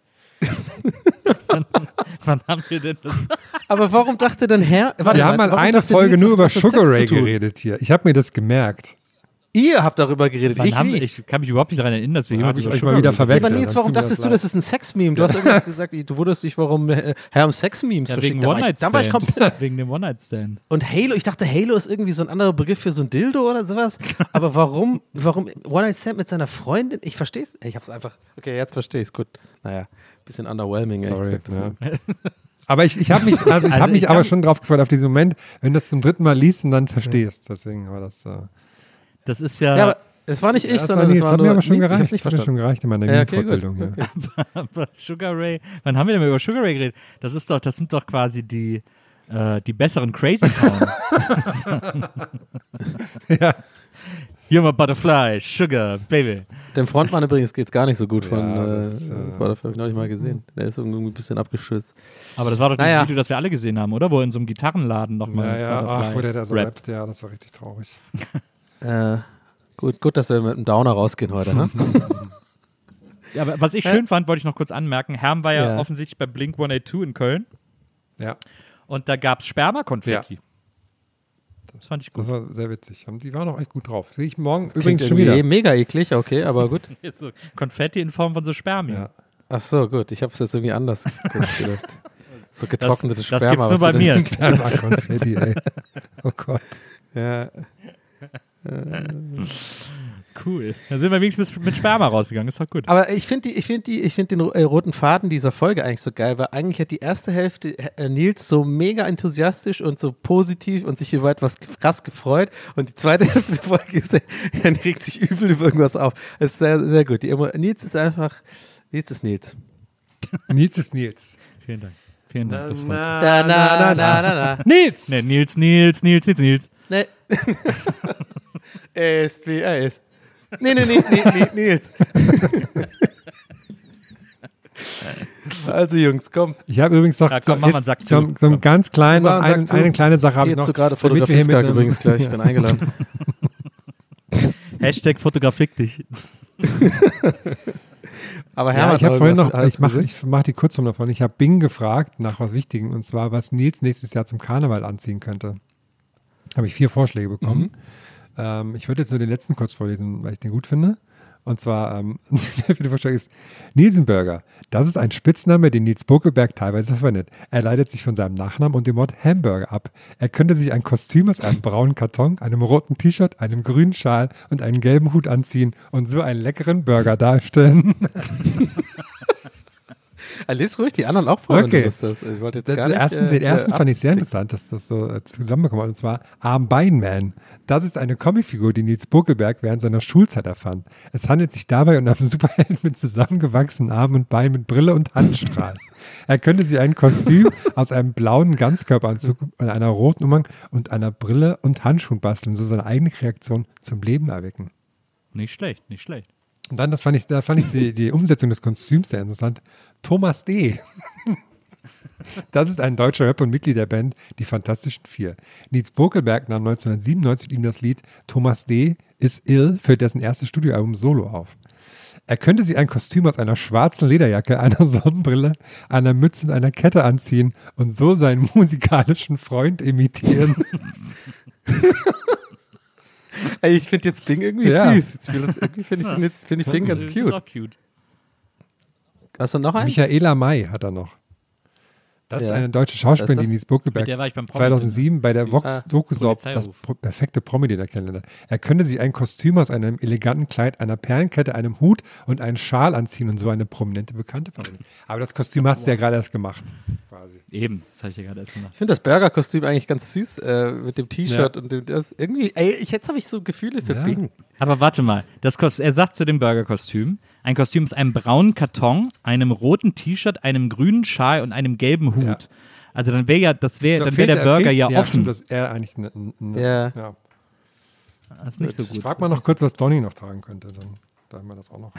Wann haben wir denn das? Aber warum dachte denn Herr? Warte, Wir haben mal warum eine dachte Folge Nils, nur das über hat was mit Sugar Sex Ray zu tun? geredet hier. Ich habe mir das gemerkt. Ihr habt darüber geredet. Wann Ich haben, nicht. ich kann mich überhaupt nicht daran erinnern, dass wir Da jemals hab ich über euch Sugar mal wieder Ray verwechselt. Aber Nils, warum Tut mir dachtest das du, leid. das ist ein Sex-Meme? Du hast irgendwas gesagt, du wurdest dich, warum äh, Herr Sex-Memes Ja, verschickt. wegen Da war ich- Da war ich One-Night-Stand. komplett. Wegen dem One-Night-Stand. Und Halo, ich dachte, Halo ist irgendwie so ein anderer Begriff für so ein Dildo oder sowas. Aber warum, warum One Night Stand mit seiner Freundin? Ich verstehe es. Ich hab's einfach. Okay, jetzt verstehe ich es. Gut. Naja, bisschen underwhelming, ehrlich Sorry, gesagt. ja. Aber ich, ich habe mich, also ich Also hab mich ich aber kann- schon drauf gefreut auf diesen Moment, wenn du das zum dritten Mal liest und dann verstehst. Deswegen war das. Äh, Das ist ja, Ja, aber es war nicht ich, das war sondern nie, es das war hat nur mir aber schon Nils. Ich hab's gereicht. nicht Hat mir schon verstanden. gereicht in meiner Ja, okay, gut. Jugendfortbildung. Ja. Okay. aber Sugar Ray, wann haben wir denn mal über Sugar Ray geredet? Das ist doch, das sind doch quasi die, äh, die besseren Crazy Town. Ja. You're my butterfly, Sugar, baby. Dem Frontmann übrigens geht es gar nicht so gut von Ja, äh, das, äh, Butterfly, habe ich noch nicht mal gesehen. Der ist irgendwie ein bisschen abgestürzt. Aber das war doch Naja. das Video, das wir alle gesehen haben, oder? Wo er in so einem Gitarrenladen nochmal Ja, ja, Butterfly ach, wo der da so rappt. rappt, ja, das war richtig traurig. Äh, gut, gut, dass wir mit einem Downer rausgehen heute, ne? Ja, aber was ich Hä? schön fand, wollte ich noch kurz anmerken. Herm war ja, Ja. offensichtlich bei Blink hundertzweiundachtzig in Köln Ja, und da gab es Sperma-Konfetti. Das fand ich gut. das war sehr witzig. Und die waren auch echt gut drauf. Sehe ich morgen Klingt übrigens schon irgendwie wieder. mega eklig, okay, aber gut. Jetzt so Konfetti in Form von so Spermien. Ja. Ach so, gut, ich habe es jetzt irgendwie anders gedacht. So getrocknetes Das Sperma. gibt's nur was bei du mir. da- Sperma-Konfetti, ey. Oh Gott. Ja. Cool. Dann sind wir wenigstens mit, mit Sperma rausgegangen. Ist doch gut. Aber ich finde ich find die, ich find den äh, roten Faden dieser Folge eigentlich so geil, weil eigentlich hat die erste Hälfte äh, Nils so mega enthusiastisch und so positiv und sich über etwas krass gefreut und die zweite Hälfte der Folge ist, er er regt sich übel über irgendwas auf. Das ist sehr, sehr gut. Die, Emo- Nils ist einfach, Nils ist Nils. Nils ist Nils. Vielen Dank. Vielen Dank. Das freut mich. Da, na, na, na, na, na. Nils! Nee, Nils, Nils, Nils, Nils, Nils. Nee. Er ist wie er ist. Nee, nee, nee, nee, nee, Nils. Also Jungs, komm. Ich habe übrigens noch Ja, komm, mach mal einen Sack so, zu. so einen ganz kleinen, Mach noch einen ein, Sack zu. eine kleine Sache habe Geh ich noch. jetzt so gerade damit wir hier mit Fotografie-Skag einem- übrigens gleich, ich bin eingeladen. Hashtag Fotografik dich. Aber Ja, Hermann, ich habe hat vorhin irgendwas- noch, hast ich du mache gesehen? ich mach die Kurzform davon. Ich habe Bing gefragt nach was Wichtigem und zwar, was Nils nächstes Jahr zum Karneval anziehen könnte. Habe ich vier Vorschläge bekommen. Mhm. Ähm, ich würde jetzt nur den letzten kurz vorlesen, weil ich den gut finde. Und zwar, ähm, der vierte Vorschlag ist Nielsenburger. Das ist ein Spitzname, den Nils Bokelberg teilweise verwendet. Er leitet sich von seinem Nachnamen und dem Wort Hamburger ab. Er könnte sich ein Kostüm aus einem braunen Karton, einem roten T-Shirt, einem grünen Schal und einen gelben Hut anziehen und so einen leckeren Burger darstellen. Lies ruhig die anderen auch vor. Okay. Das, das, ich wollte jetzt Das, gar den nicht, ersten, äh, den ersten äh, fand ich sehr interessant, dass das so äh, zusammenbekommen hat. Und zwar Arm Beinman. Das ist eine Comicfigur, die Nils Buckelberg während seiner Schulzeit erfand. Es handelt sich dabei um einen Superhelden mit zusammengewachsenen Armen und Beinen mit Brille und Handstrahl. Er könnte sich ein Kostüm aus einem blauen Ganzkörperanzug, einer roten Umhang und einer Brille und Handschuhen basteln, so seine eigene Kreation zum Leben erwecken. Nicht schlecht, nicht schlecht. Und dann, das fand ich, da fand ich die, die Umsetzung des Kostüms sehr interessant. Thomas D. Das ist ein deutscher Rapper und Mitglied der Band Die Fantastischen Vier. Nils Buckelberg nahm neunzehnhundertsiebenundneunzig mit ihm das Lied Thomas D. ist ill für dessen erstes Studioalbum Solo auf. Er könnte sich ein Kostüm aus einer schwarzen Lederjacke, einer Sonnenbrille, einer Mütze und einer Kette anziehen und so seinen musikalischen Freund imitieren. Ey, ich finde jetzt Bing irgendwie Ja. süß. Jetzt will das, irgendwie finde ich, den jetzt- find ich Bing ganz Das ist cute. auch cute. Hast du noch einen? Michaela May hat er noch. Das Ja. ist eine deutsche Schauspielerin, Das die ist Nils Buckelberg Mit der war ich beim Promi- zweitausendsieben bei der Ah, Vox-Doku-Soap das Polizeiruf. pro- perfekte Promi-Dinner kennenlernen. Er könnte sich ein Kostüm aus einem eleganten Kleid, einer Perlenkette, einem Hut und einen Schal anziehen und so eine prominente Bekannte vermitteln. Aber das Kostüm hast du ja gerade erst gemacht. Quasi. Eben, das habe ich ja gerade erst gemacht. Ich finde das Burger-Kostüm eigentlich ganz süß äh, mit dem T-Shirt Ja. und dem, das irgendwie. Ey, ich, jetzt habe ich so Gefühle für Ja. Bing. Aber warte mal, das Kost- er sagt zu dem Burgerkostüm, ein Kostüm aus einem braunen Karton, einem roten T-Shirt, einem grünen Schal und einem gelben Hut. Ja. Also dann wäre ja, das wäre, Da dann wäre fehlt- der Burger fehlt- ja offen. Stimmt, das ist eher eigentlich eine, eine, Ja. ja. Das ist nicht so Ich gut. frage mal noch kurz, was Donny noch tragen könnte. Dann da haben wir das auch noch.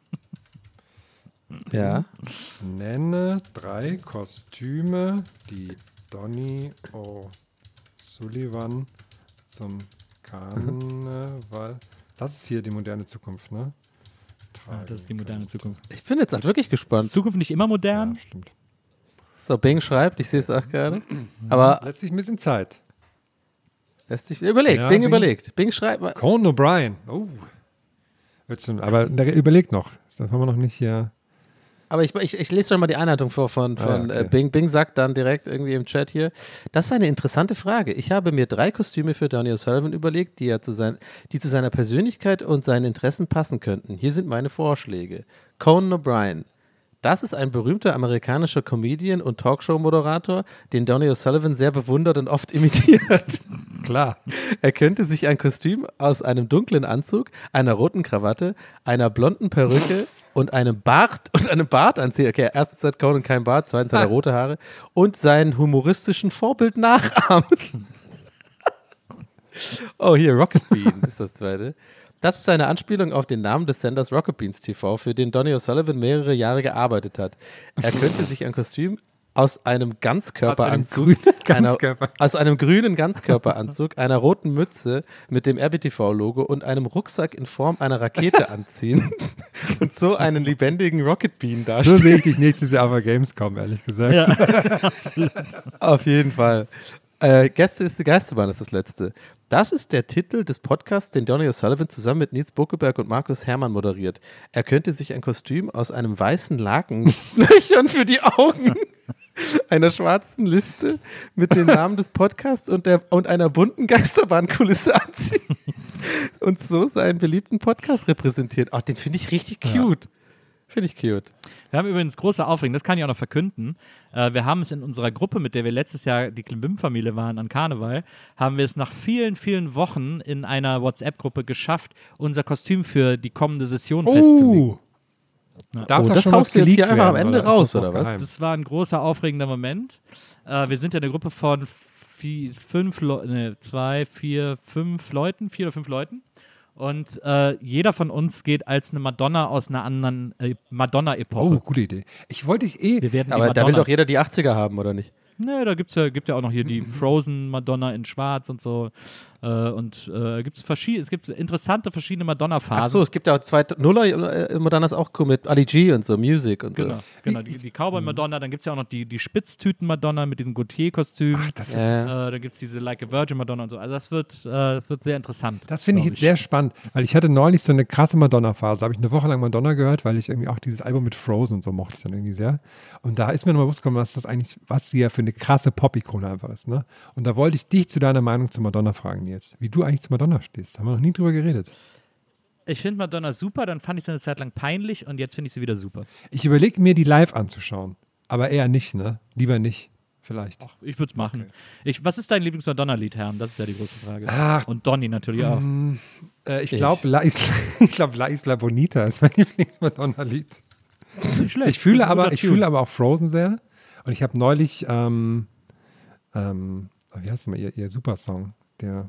Ja. Nenne drei Kostüme, die Donny O'Sullivan zum Karneval. Das ist hier die moderne Zukunft, ne? Ah, das ist die moderne Zukunft. Ich bin jetzt halt wirklich Ist gespannt. Zukunft nicht immer modern? Ja, stimmt. So, Bing schreibt, ich sehe es auch gerade. Aber Lässt sich ein bisschen Zeit. lässt sich überlegt. Ja, Bing, Bing. überlegt. Bing schreibt. Conan O'Brien. Oh. Willst du- Aber der überlegt noch. Das haben wir noch nicht hier. Aber ich, ich, ich lese schon mal die Einleitung vor von, von Ah, okay. äh, Bing. Bing sagt dann direkt irgendwie im Chat hier, das ist eine interessante Frage. Ich habe mir drei Kostüme für Donny O'Sullivan überlegt, die, er zu sein, die zu seiner Persönlichkeit und seinen Interessen passen könnten. Hier sind meine Vorschläge. Conan O'Brien. Das ist ein berühmter amerikanischer Comedian und Talkshow-Moderator, den Donny O'Sullivan sehr bewundert und oft imitiert. Klar. Er könnte sich ein Kostüm aus einem dunklen Anzug, einer roten Krawatte, einer blonden Perücke und einem Bart und einem Bart anziehen. Okay, erstens hat Conan kein Bart, zweitens hat er rote Haare und seinen humoristischen Vorbild nachahmen. Oh, hier, Rocket Bean ist das zweite. Das ist eine Anspielung auf den Namen des Senders Rocket Beans T V, für den Donny O'Sullivan mehrere Jahre gearbeitet hat. Er könnte sich ein Kostüm aus einem Ganzkörperanzug, Aus einem grünen einer, Ganzkörper. aus einem grünen Ganzkörperanzug, einer roten Mütze mit dem R B T V-Logo und einem Rucksack in Form einer Rakete anziehen und so einen lebendigen Rocket Bean So darstellen. sehe ich dich nächstes Jahr auf der Gamescom, ehrlich gesagt. Ja, absolut. Auf jeden Fall. Äh, Gäste ist die Geisterbahn ist das letzte. Das ist der Titel des Podcasts, den Donny O'Sullivan zusammen mit Nils Buckelberg und Markus Herrmann moderiert. Er könnte sich ein Kostüm aus einem weißen Laken mit Löchern für die Augen, einer schwarzen Liste mit dem Namen des Podcasts und, der, und einer bunten Geisterbahnkulisse anziehen und so seinen beliebten Podcast repräsentiert. Ach, den finde ich richtig cute. Finde ich cute. Wir haben übrigens große Aufregung, das kann ich auch noch verkünden. Äh, wir haben es in unserer Gruppe, mit der wir letztes Jahr die Klimbim-Familie waren an Karneval, haben wir es nach vielen, vielen Wochen in einer WhatsApp-Gruppe geschafft, unser Kostüm für die kommende Session festzulegen. Darf Oh, das das schon haust was du jetzt hier geleakt einfach am werden, Ende oder ist raus, das noch oder was? geheim? Das war ein großer, aufregender Moment. Äh, wir sind ja eine Gruppe von vi- fünf, Leu- ne, zwei, vier, fünf Leuten, vier oder fünf Leuten. Und äh, jeder von uns geht als eine Madonna aus einer anderen äh, Madonna-Epoche. Oh, gute Idee. Ich wollte dich eh. Wir werden die Aber da will Madonnas. doch jeder die achtziger haben, oder nicht? Ne, da gibt's ja, gibt ja auch noch hier die Frozen Madonna in Schwarz und so. Äh, und äh, gibt's verschiedene, es gibt interessante verschiedene Madonna-Phasen. Ach so, es gibt ja auch zwei Nuller äh, Modernas auch cool mit Ali G und so, Music und Genau, so. genau. Die, die Cowboy-Madonna, dann gibt es ja auch noch die, die Spitztüten-Madonna mit diesem Gautier-Kostüm. Äh, Äh, dann gibt es diese Like a Virgin-Madonna und so. Also das wird, äh, das wird sehr interessant. Das finde ich glaub jetzt sehr spannend, weil ich hatte neulich so eine krasse Madonna-Phase. Da habe ich eine Woche lang Madonna gehört, weil ich irgendwie auch dieses Album mit Frozen und so mochte ich dann irgendwie sehr. Und da ist mir nochmal bewusst gekommen, was das eigentlich, was sie ja für eine krasse Pop-Ikone einfach ist. Ne? Und da wollte ich dich zu deiner Meinung zu Madonna fragen, Nils. Wie du eigentlich zu Madonna stehst. Haben wir noch nie drüber geredet. Ich finde Madonna super, dann fand ich sie eine Zeit lang peinlich und jetzt finde ich sie wieder super. Ich überlege mir, die live anzuschauen. Aber eher nicht, ne? Lieber nicht, vielleicht. Ach, ich würde es machen. Okay. Ich, was ist dein Lieblings-Madonna-Lied, Herr? Das ist ja die große Frage. Ach, und Donny natürlich auch. Mm, äh, ich glaube, La, Isla, ich glaub, La Isla Bonita ist mein Lieblings-Madonna-Lied. Ich fühle aber, ich fühle aber auch Frozen sehr. Und ich habe neulich, ähm, ähm, wie heißt mal ihr, ihr Supersong? Der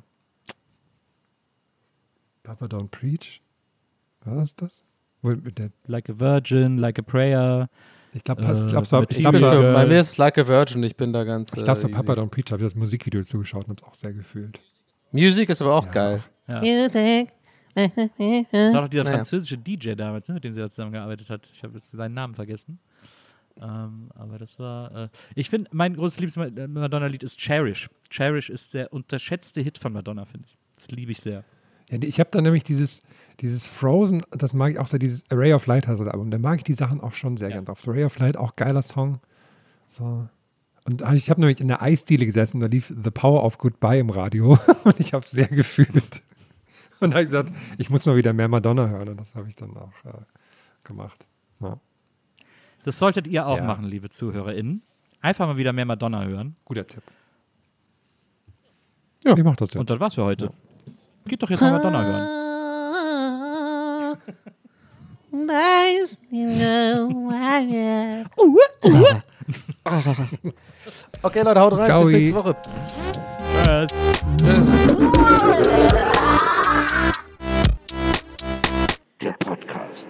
Papa Don't Preach? War das das? Der Like a Virgin, Like a Prayer. Ich glaube, äh, ich glaube, so, ich glaub, so, bei mir ist es Like a Virgin, ich bin da ganz Ich glaube, so äh, Papa Don't Preach, habe ich das Musikvideo zugeschaut und habe es auch sehr gefühlt. Music ist aber auch ja. geil. Ja. Music. Das war doch dieser naja. französische D J damals, ne, mit dem sie da zusammengearbeitet hat. Ich habe jetzt seinen Namen vergessen. Ähm, aber das war. Äh, ich finde, mein großes Lieblings-Madonna-Lied ist Cherish. Cherish ist der unterschätzte Hit von Madonna, finde ich. Das liebe ich sehr. Ja, ich habe da nämlich dieses, dieses Frozen, das mag ich auch sehr, dieses Array of Light heißt das Album. Da mag ich die Sachen auch schon sehr ja. gern drauf. Array of Light, auch geiler Song. So. Und ich habe nämlich in der Eisdiele gesessen und da lief The Power of Goodbye im Radio und ich habe es sehr gefühlt. Und da habe ich gesagt, ich muss mal wieder mehr Madonna hören und das habe ich dann auch äh, gemacht. Ja. Das solltet ihr auch ja. machen, liebe ZuhörerInnen. Einfach mal wieder mehr Madonna hören. Guter Tipp. Ja. Ich mach das jetzt. Und das war's für heute. Ja. Geht doch jetzt mal Madonna hören. Okay, Leute, haut rein. Ciao. Bis nächste Woche. Tschüss. Der Podcast.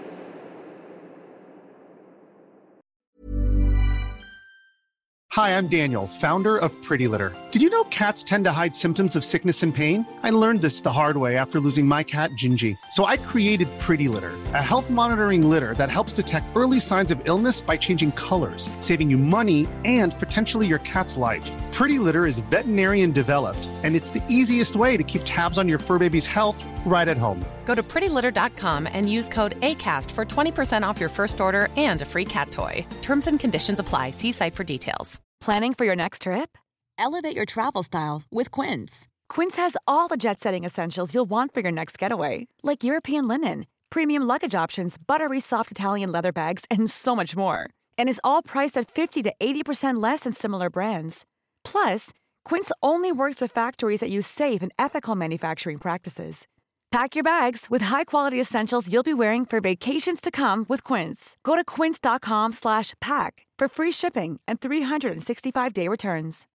Hi, I'm Daniel, founder of Pretty Litter. Did you know cats tend to hide symptoms of sickness and pain? I learned this the hard way after losing my cat, Gingy. So I created Pretty Litter, a health monitoring litter that helps detect early signs of illness by changing colors, saving you money and potentially your cat's life. Pretty Litter is veterinarian developed, and it's the easiest way to keep tabs on your fur baby's health right at home. Go to pretty litter dot com and use code ACAST for twenty percent off your first order and a free cat toy. Terms and conditions apply. See site for details. Planning for your next trip? Elevate your travel style with Quince. Quince has all the jet-setting essentials you'll want for your next getaway, like European linen, premium luggage options, buttery soft Italian leather bags, and so much more. And is all priced at fifty to eighty percent less than similar brands. Plus, Quince only works with factories that use safe and ethical manufacturing practices. Pack your bags with high-quality essentials you'll be wearing for vacations to come with Quince. Go to quince dot com slash pack for free shipping and three sixty-five day returns.